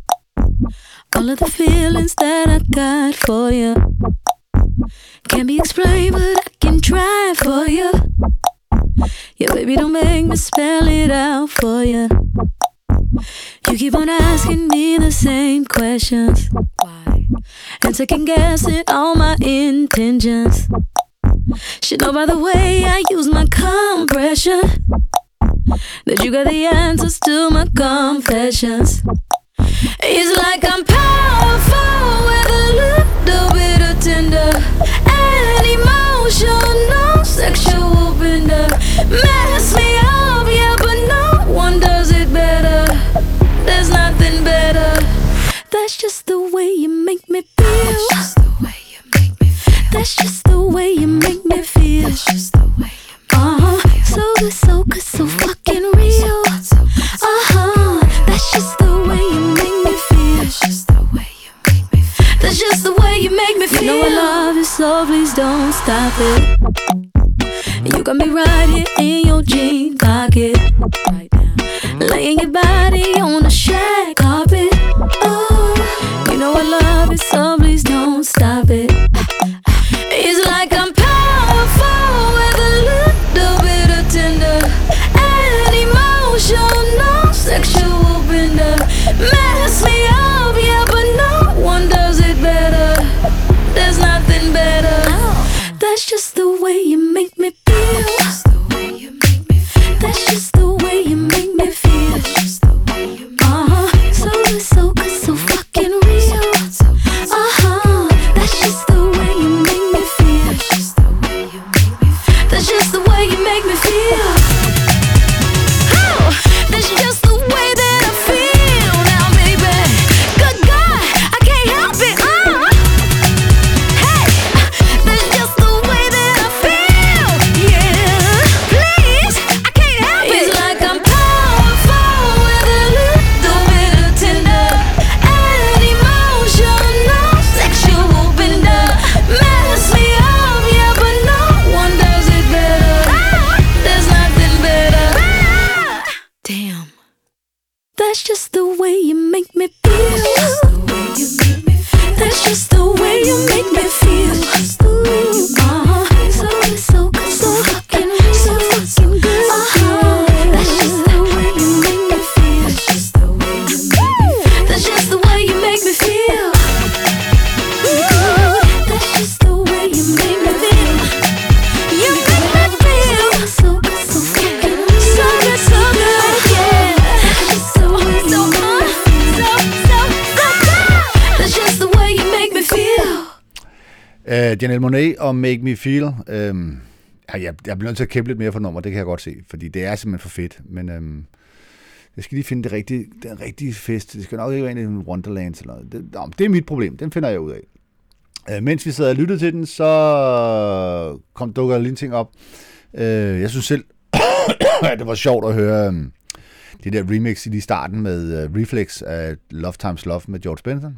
All of the feelings that I got for you can't be explained, but I can try for you. Yeah, baby, don't make me spell it out for you. You keep on asking me the same questions. Why? And second guessing all my intentions. Should know by the way I use my compression that you got the answers to my confessions. It's like I'm powerful with a little bit of tender and emotional, sexual bender. Mess me up, yeah, but no one does it better. There's nothing better. That's just the way you make me feel. That's just the way you make me feel. That's just the way you make me feel. That's just the way you make uh-huh. me feel. So good, so good, so fucking real. Uh-huh. That's just the way you make me feel. That's just the way you make me feel. That's just the way you make me feel. You know I love you, so please don't stop it. You got me right here in your jean pocket right now, laying your body on the shag carpet. Oh, you know I love it, so please don't stop it. It's like I'm powerful with a little bit of tender and emotional, sexual bender. Mess me up, yeah, but no one does it better. There's nothing better. That's just the way you make me feel. That's just the way you make me feel. That's just the way you make me feel. That's just the way you make uh-huh. me feel. So good, so good, so fucking real. Uh-huh. That's just the way you make me feel. That's just the way you make me feel. That's just the way you make me feel. Oh, that's just the way that I feel now, baby. Good God, I can't help it. Uh. Hey, that's just the way that I feel. Yeah, please, I can't help it. It's like I'm powerful with a little bit of tender and emotional, sexual bender. Mess me up, yeah, but no one does it better. There's nothing better. Damn, that's just the way you make me feel. That's just the way you make me feel. Uh-huh. So good, so good, so fucking real, so fucking good. Uh-huh. That's just the way you make me feel. That's just the way you make me feel. That's just the way you make me feel. Good. That's just the way you make me feel. You make me feel so good, so fucking real, so good, so good, yeah. That's just the way you make me feel. So, so, so good. That's just the way you make me feel. Uh, Janelle Monáe og Make Me Feel. Um, jeg, jeg bliver nødt til at kæmpe lidt mere for nummer, det kan jeg godt se, fordi det er simpelthen for fedt. Men um, jeg skal lige finde det rigtige, den rigtige fest. Det skal nok ikke være en i Wonderland eller noget. Det, no, det er mit problem, den finder jeg ud af. Uh, mens vi sad og lyttede til den, så kom dukker lige en ting op. Uh, jeg synes selv, at det var sjovt at høre um, det der remix i lige starten med uh, Reflex af Love Times Love med George Benson.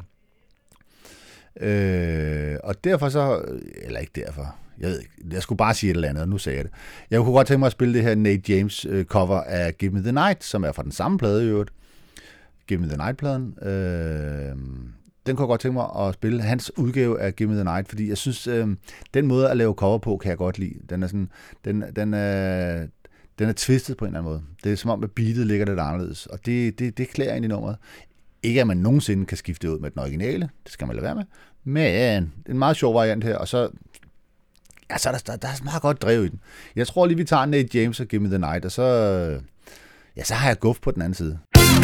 Øh, og derfor så, eller ikke derfor, jeg ved ikke, jeg skulle bare sige et eller andet, og nu sagde jeg det. Jeg kunne godt tænke mig at spille det her Nate James øh, cover af Give Me The Night, som er fra den samme plade i øvrigt. Give Me The Night-pladen. Øh, den kunne jeg godt tænke mig at spille, hans udgave af Give Me The Night, fordi jeg synes, øh, den måde at lave cover på, kan jeg godt lide. Den er sådan, den, den er, den er twistet på en eller anden måde. Det er som om, at beatet ligger lidt anderledes, og det, det, det klæder ind i nummeret. Ikke at man nogensinde kan skifte ud med den originale, det skal man lade være med, men en meget sjov variant her, og så, ja, så er der, der, der er meget godt drev i den. Jeg tror lige, vi tager Nate James og Give Me The Night, og så, ja, så har jeg guf på den anden side.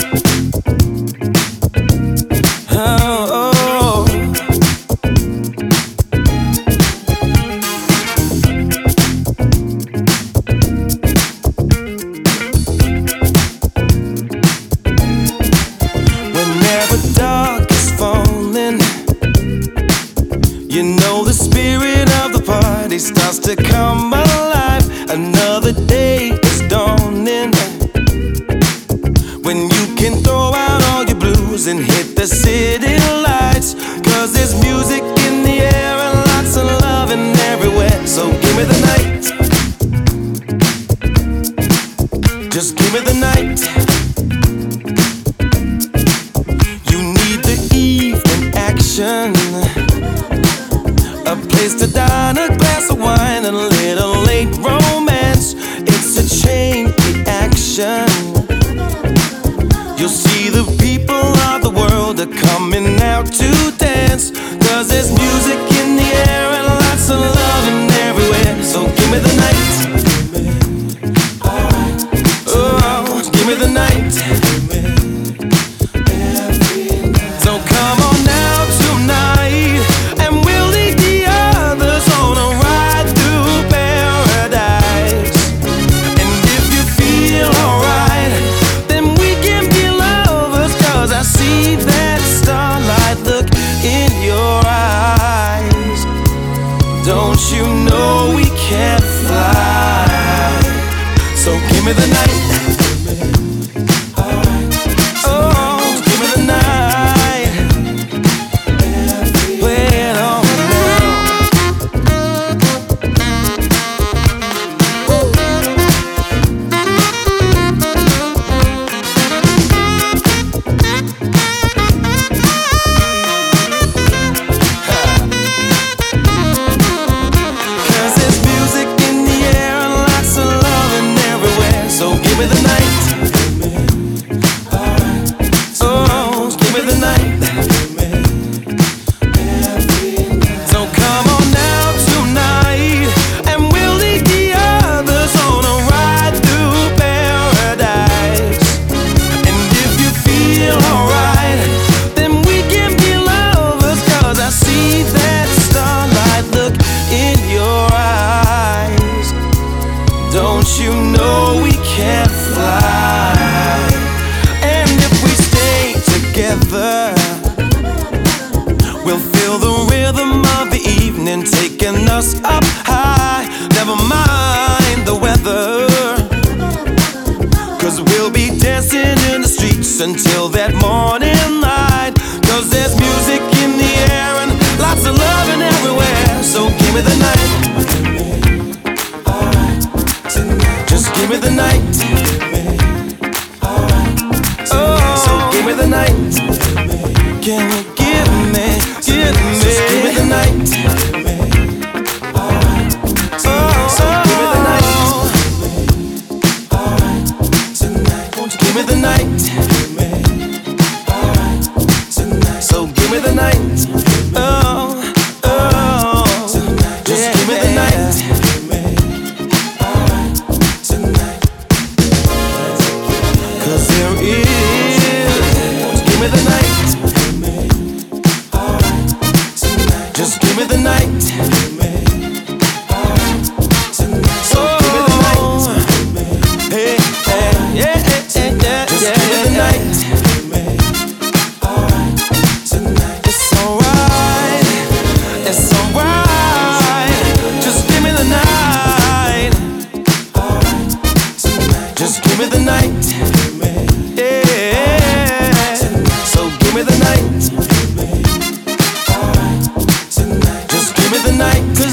Oh, oh. You know the spirit of the party starts to come alive. Another day is dawning, when you can throw out all your blues and hit the city lights. Cause there's music in the air and lots of loving everywhere. So give me the night, just give me the night. You need the evening action, a place to dine, a glass of wine, and a little late romance. It's a chain reaction. You'll see the people of the world are coming out to dance. Cause there's music in the air and lots of loving everywhere. So give me the night, oh, give me the night. So come on now tonight, and we'll leave the others on a ride through paradise. And if you feel alright, then we can be lovers. Cause I see that starlight look in your eyes. Don't you know we can't fly? So give me the night, oh, give me the night. Until that morning light. Cause there's music in the air and lots of loving everywhere. So give me the night, just give me the night. Oh, so give me the night. Can you give me, give me, just give me the night. Oh, so give me the night. Won't you give me the night? So give me the night, oh, oh, just give me the night. Cause there is, give me the night, just give me the night. So give me the night, hey, hey, yeah, yeah, yeah, just give me the night. Give me the night, yeah. So give me the night, just give me the night. Cause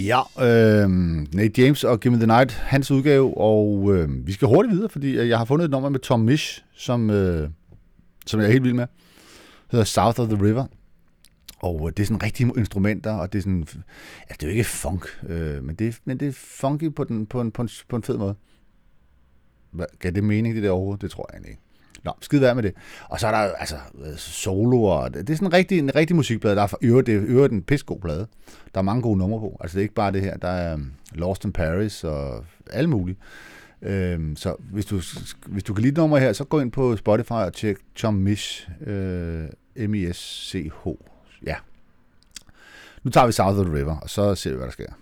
Ja, øh, Nate James og Give Me The Night, hans udgave, og øh, vi skal hurtigt videre, fordi jeg har fundet et nummer med Tom Misch, som, øh, som jeg er helt vild med. Det hedder South of the River, og det er sådan rigtige instrumenter, og det er sådan, ja, det er jo ikke funk, øh, men, det, men det er funky på, den, på, en, på, en, på en fed måde. Hvad, gav det mening, det der overhovedet? Det tror jeg egentlig ikke. Nå, skide være med det. Og så er der altså soloer. Det er sådan en rigtig, en rigtig musikplade. Der er for øvrigt, det er øvrigt en pissegod plade. Der er mange gode numre på. Altså det er ikke bare det her. Der er Lost in Paris og alle mulige. Øhm, så hvis du, hvis du kan lide numre her, så gå ind på Spotify og tjek Tom Misch. Øh, M I S C H. Ja. Nu tager vi South of the River, og så ser vi, hvad der sker.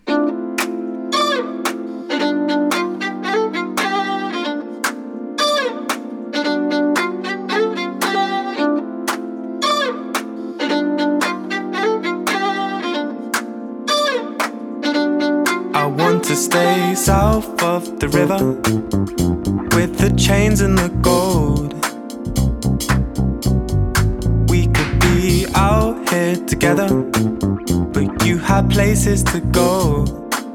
To stay south of the river with the chains and the gold. We could be out here together, but you had places to go.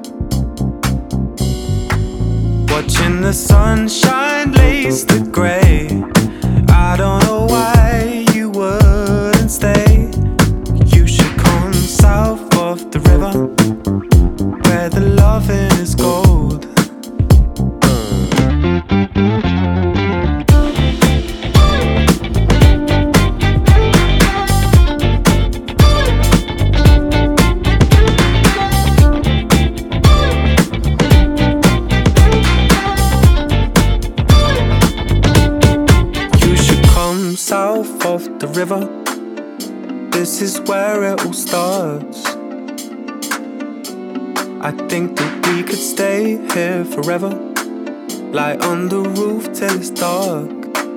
Watching the sunshine lace the grey. I don't know why you wouldn't stay. You should come south of the river, where the loving is gold. You should come south of the river. This is where it all starts. I think that we could stay here forever, lie on the roof till it's dark.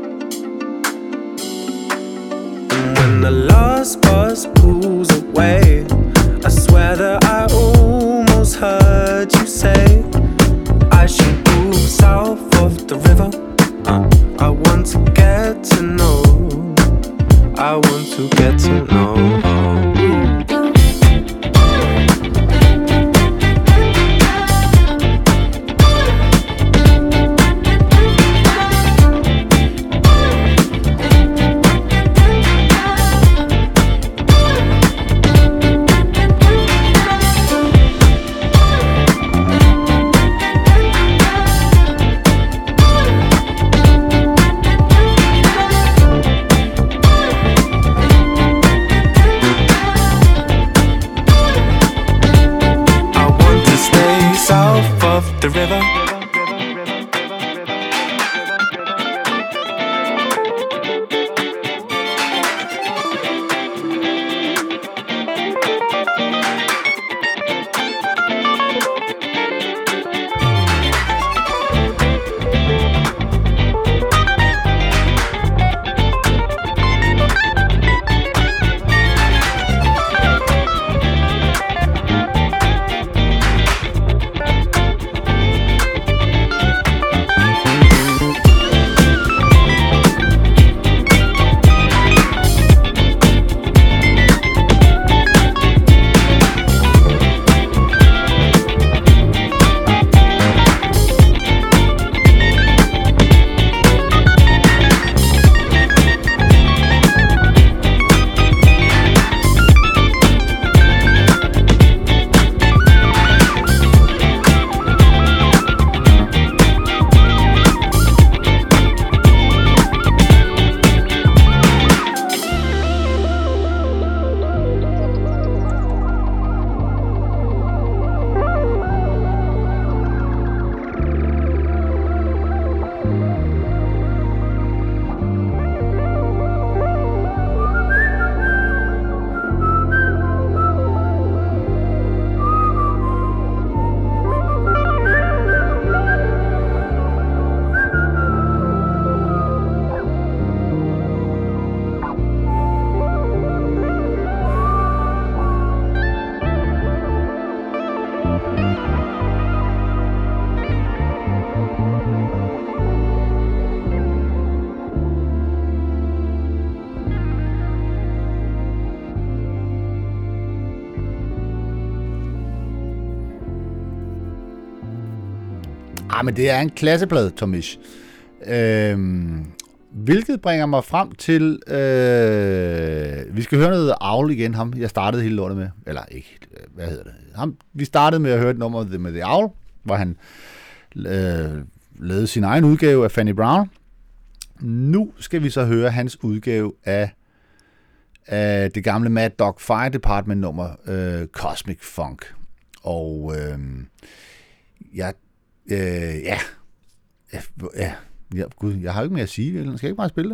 And when the last bus pulls away, I swear that I almost heard you say I should move south of the river. uh, I want to get to know, I want to get to know. The river. Ah, men det er en klasseplade, Tomish. Øhm, hvilket bringer mig frem til... Øh, vi skal høre noget Owl igen, ham jeg startede hele lortet med. Eller ikke, hvad hedder det? Ham, vi startede med at høre et nummer med The Owl, hvor han øh, lavede sin egen udgave af Fanny Brown. Nu skal vi så høre hans udgave af, af det gamle Mad Dog Fire Department nummer, øh, Cosmic Funk. Og øh, ja, øh, ja, ja, ja, ja, gud, jeg har jo ikke mere at sige. Skal jeg ikke bare spille det?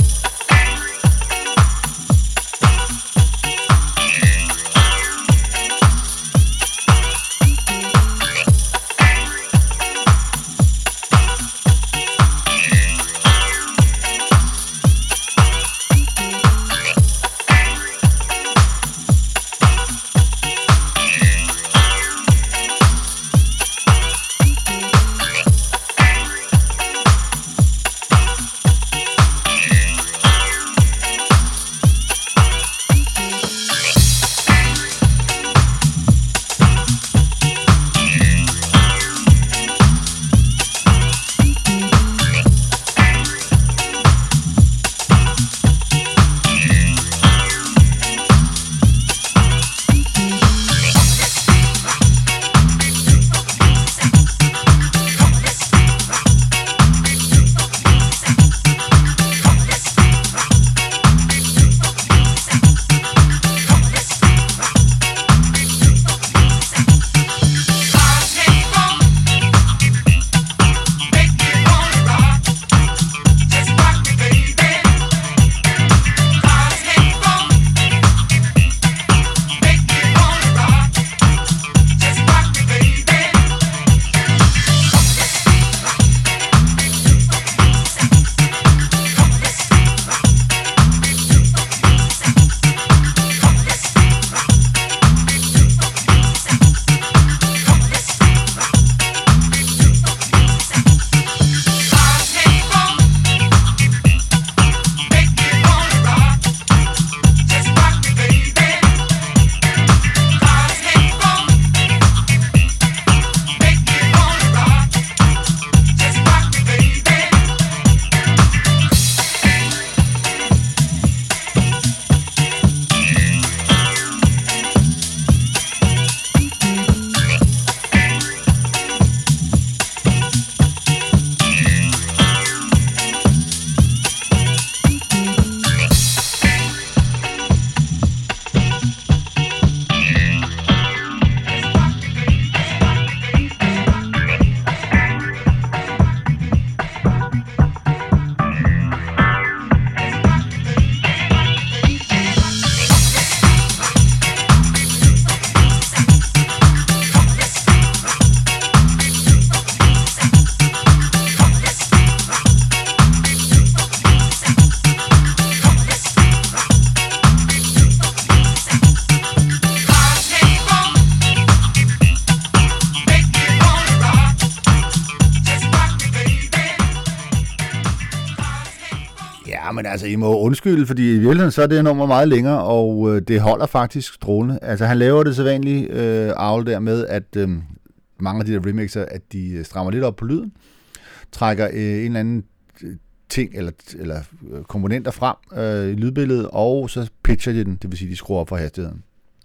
Men altså, I må undskylde, fordi i virkeligheden så er det nummer meget længere, og øh, det holder faktisk strålende. Altså, han laver det så vanlige øh, Owl der med, at øh, mange af de der remixer, at de strammer lidt op på lyden, trækker øh, en eller anden ting eller, eller komponenter frem øh, i lydbilledet, og så pitcher de den, det vil sige, de skruer op for hastigheden.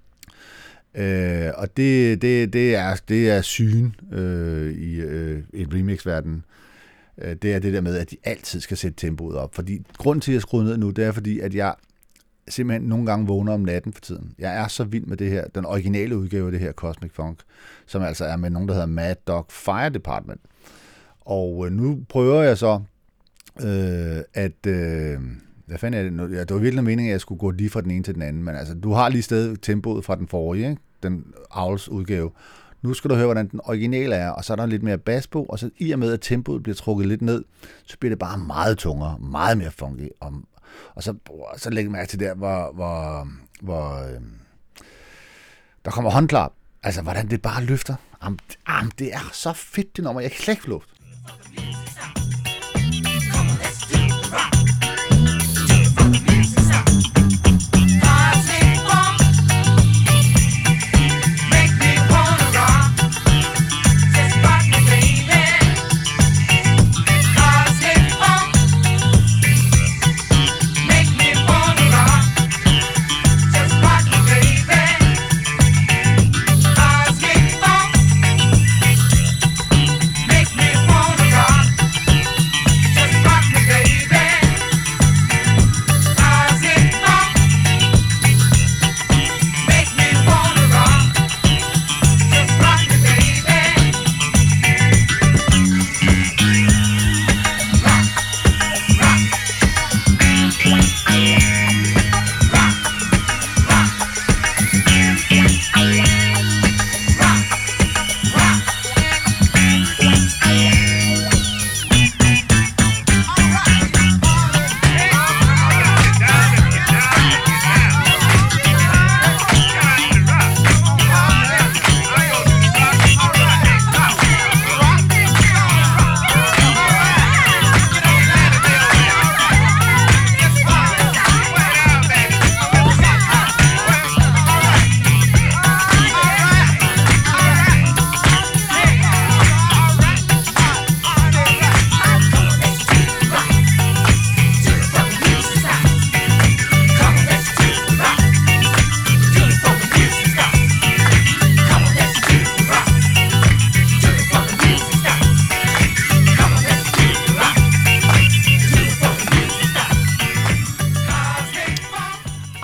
Øh, og det, det, det, er, det er sygen øh, i øh, et remix-verden. Det er det der med, at de altid skal sætte tempoet op. Fordi grunden til, at jeg skruer ned nu, det er fordi, at jeg simpelthen nogle gange vågner om natten for tiden. Jeg er så vild med det her, den originale udgave af det her Cosmic Funk, som altså er med nogen, der hedder Mad Dog Fire Department. Og nu prøver jeg så, øh, at... Øh, hvad fanden er det nu? Ja, det var virkelig meningen, at jeg skulle gå lige fra den ene til den anden, men altså, du har lige stadig tempoet fra den forrige, ikke? Den Owls udgave. Nu skal du høre, hvordan den originale er, og så er der lidt mere bas på, og så i og med, at tempoet bliver trukket lidt ned, så bliver det bare meget tungere, meget mere funky. Og, og så, så lægger jeg mærke til der, hvor, hvor, hvor øh, der kommer håndklap. Altså, hvordan det bare løfter. Am, am, det er så fedt, det nummer. Jeg kan slet ikke få luft.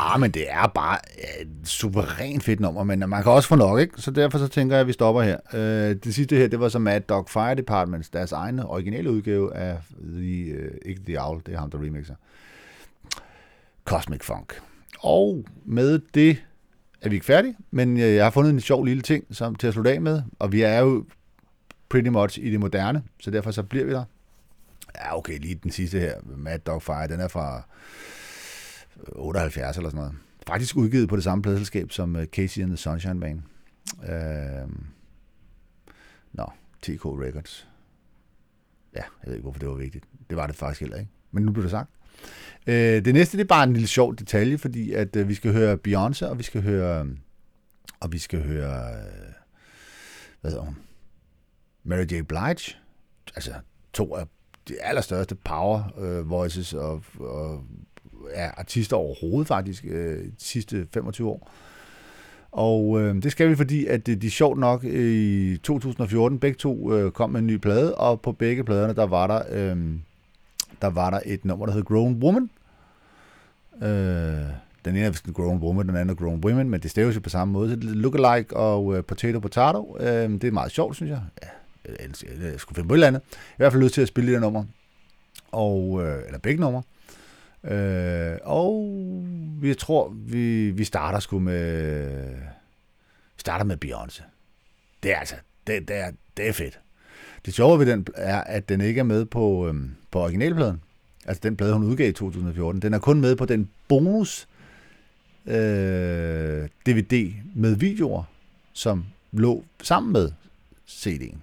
Ah, men det er bare et suverænt fedt nummer, men man kan også få nok, ikke? Så derfor så tænker jeg, at vi stopper her. Øh, det sidste her, det var så Mad Dog Fire Departments, deres egen originale udgave af The, uh, ikke The Owl, det er ham, der remixer. Cosmic Funk. Og med det er vi ikke færdige, men jeg har fundet en sjov lille ting som, til at slutte af med, og vi er jo pretty much i det moderne, så derfor så bliver vi der. Ja, okay, lige den sidste her, Mad Dog Fire, den er fra otteoghalvfjerds eller sådan noget. Faktisk udgivet på det samme pladeselskab som Casey and the Sunshine Band. Uh, Nå, T K Records. Ja, jeg ved ikke, hvorfor det var vigtigt. Det var det faktisk heller ikke. Men nu blev det sagt. Uh, det næste, det er bare en lille sjov detalje, fordi at uh, vi skal høre Beyoncé, og vi skal høre, og vi skal høre, uh, hvad hedder hun? Mary J. Blige. Altså, to af de allerstørste power uh, voices og, og ja, artister overhovedet faktisk øh, de sidste femogtyve år. Og øh, det skal vi, fordi at de, de sjovt nok i to tusind og fjorten begge to øh, kom med en ny plade, og på begge pladerne, der var der, øh, der, var der et nummer, der hed Grown Woman. Øh, den ene er Grown Woman, den anden er Grown Women, men det staves jo på samme måde. Lookalike og øh, Potato Potato. Øh, det er meget sjovt, synes jeg. Ja, jeg, jeg, jeg skulle finde på et eller andet. Jeg har i hvert fald lyst til at spille det der nummer. Og, øh, eller begge numre. Øh, og jeg tror vi, vi starter sgu med vi starter med Beyoncé. Det er altså det, det, er, det er fedt. Det sjove ved den er, at den ikke er med på, øhm, på originalpladen. Altså den plade hun udgav i to tusind og fjorten. Den er kun med på den bonus øh, D V D med videoer, som lå sammen med C D'en.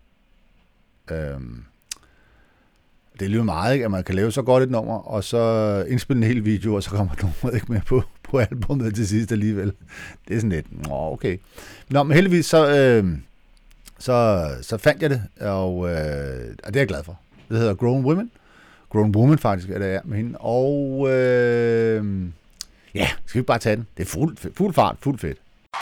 Øhm, Det er lige meget, ikke? At man kan lave så godt et nummer, og så indspille en hel video, og så kommer nummeret ikke med på, på albumet til sidst alligevel. Det er sådan lidt, nå, okay. Nå, men heldigvis, så, øh, så, så fandt jeg det, og, øh, og det er jeg glad for. Det hedder Grown Women. Grown Woman faktisk, er det er med hende. Og øh, ja, skal vi bare tage den. Det er fuld, fuld fart, fuld fedt.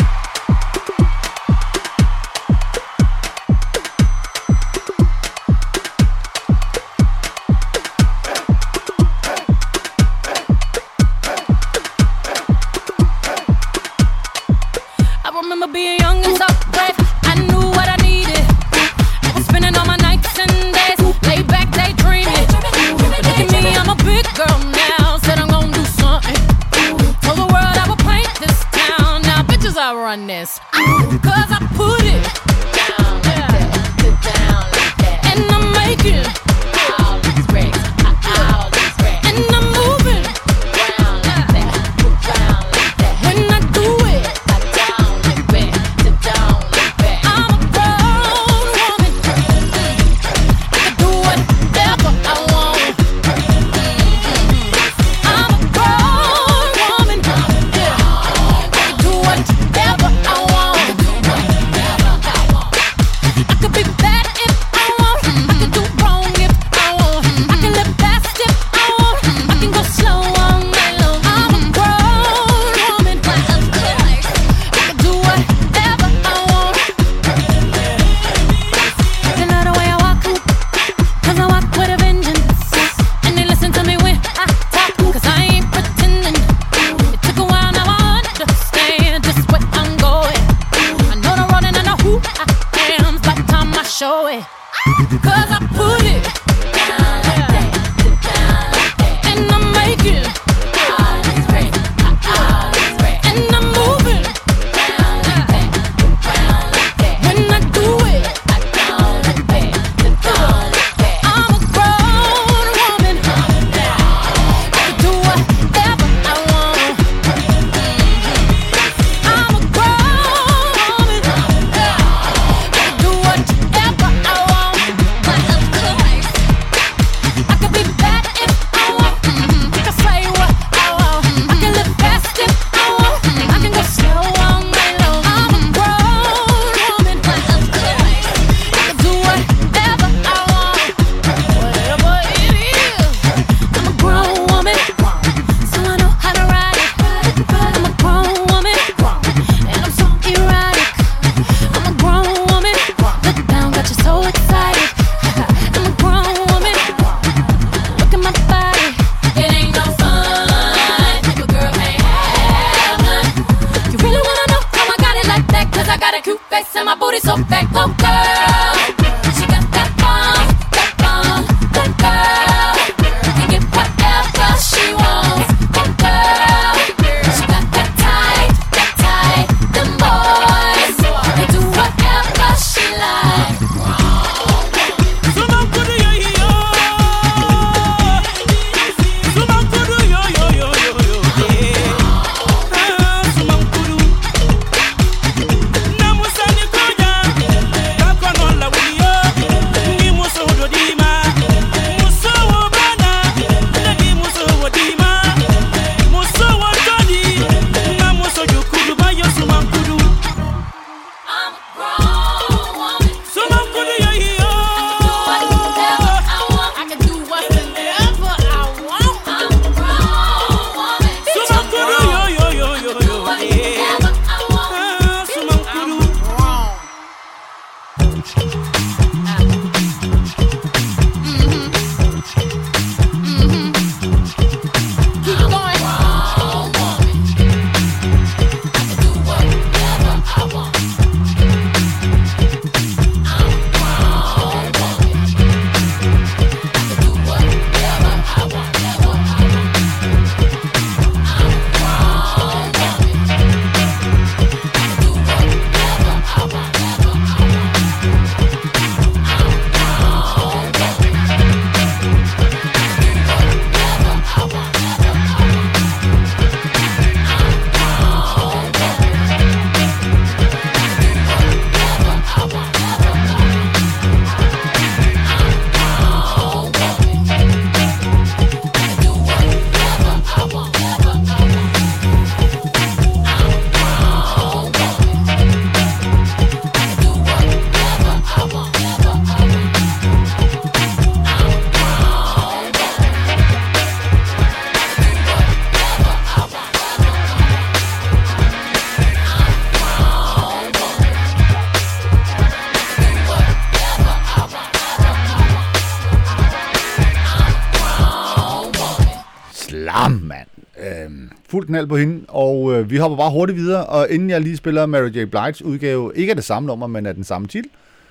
This. Cause I put it down like that, down like that. And I'm making all these bricks, all these bricks. And I'm moving round like that, round like that. When I do it, down like that, down like that. I'm a grown woman. I can do whatever I want. I'm a grown woman. Yeah. I can do whatever I want. cute face and my booty so fat. Go girl, she got that bomb, that bomb. Go girl, can get whatever she wants. Go girl, she got that tight, that tight. Them boys can do whatever she like. Fuld knald på hende, og øh, vi hopper bare hurtigt videre, og inden jeg lige spiller Mary J. Blige's udgave, ikke af det samme nummer, men af den samme titel,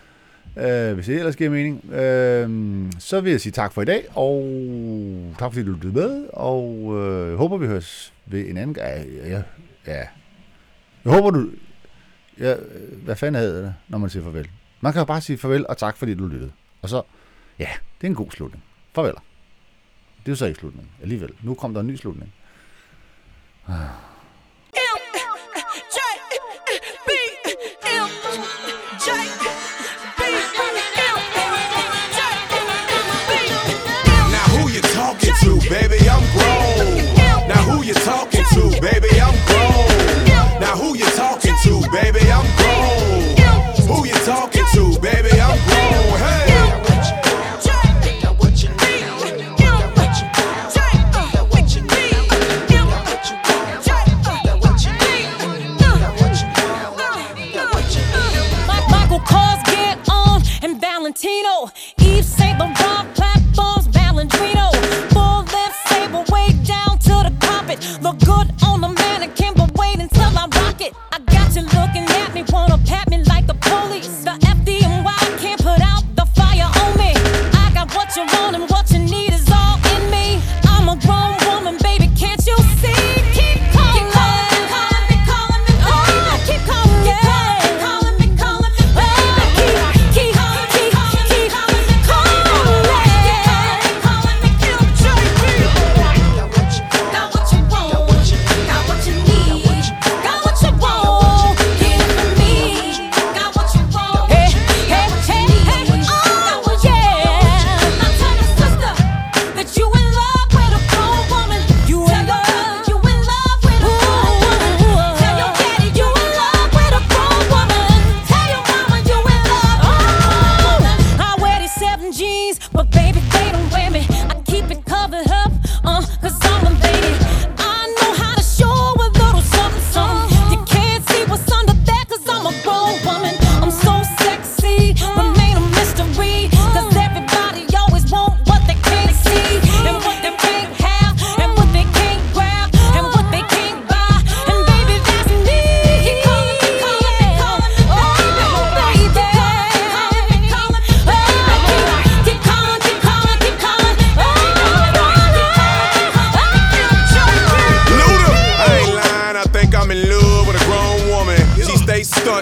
øh, hvis det ellers giver mening, øh, så vil jeg sige tak for i dag, og tak fordi du lyttede med, og øh, håber vi høres ved en anden gang. Ja, ja. Jeg håber du... Ja, hvad fanden hedder det, når man siger farvel? Man kan jo bare sige farvel, og tak fordi du lyttede. Og så, ja, det er en god slutning. Farvel. Det er jo så ikke slutningen alligevel. Nu kom der en ny slutning. Ah. Baby, I'm grown. Now who you talking to? Baby, I'm grown. Now who you talking to? Baby, I'm grown. Who you talking to? Baby, I'm grown. Hey. Michael Kors get on and Valentino. Yves Saint Laurent platforms, Valentino. Full left saber way down.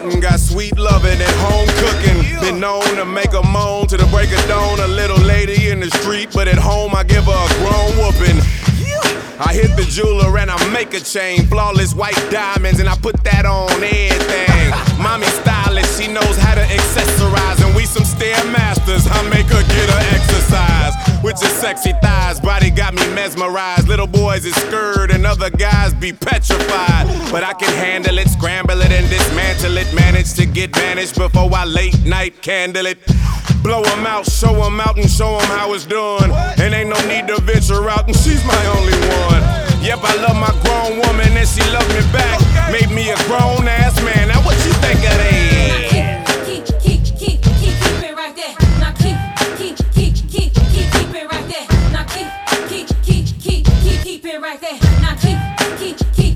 hunting, got sweet loving and home cooking. Been known to make a moan to the break of dawn. A little lady in the street, but at home I give her a grown whooping. I hit the jeweler and I make a chain, flawless white diamonds, and I put that on everything. Mommy stylist, she knows how to accessorize, and we some stair masters. I make her get her exercise with your sexy thighs. Body got me mesmerized. Little boys is scared and other guys be petrified, but I can handle it, scramble it and dismantle it. Manage to get vanished before I late night candle it. Blow them out, show them out and show them how it's done. And ain't no need to venture out, and she's my only one. Yep, I love my grown woman and she loved me back. Made me a grown ass man. Now what you think of that? Keep, keep, keep, keep, keep it right there. Now keep, keep, keep, keep, keep, keep it right there. Now keep, keep, keep, keep, keep, keep it right there. Now keep, keep, keep.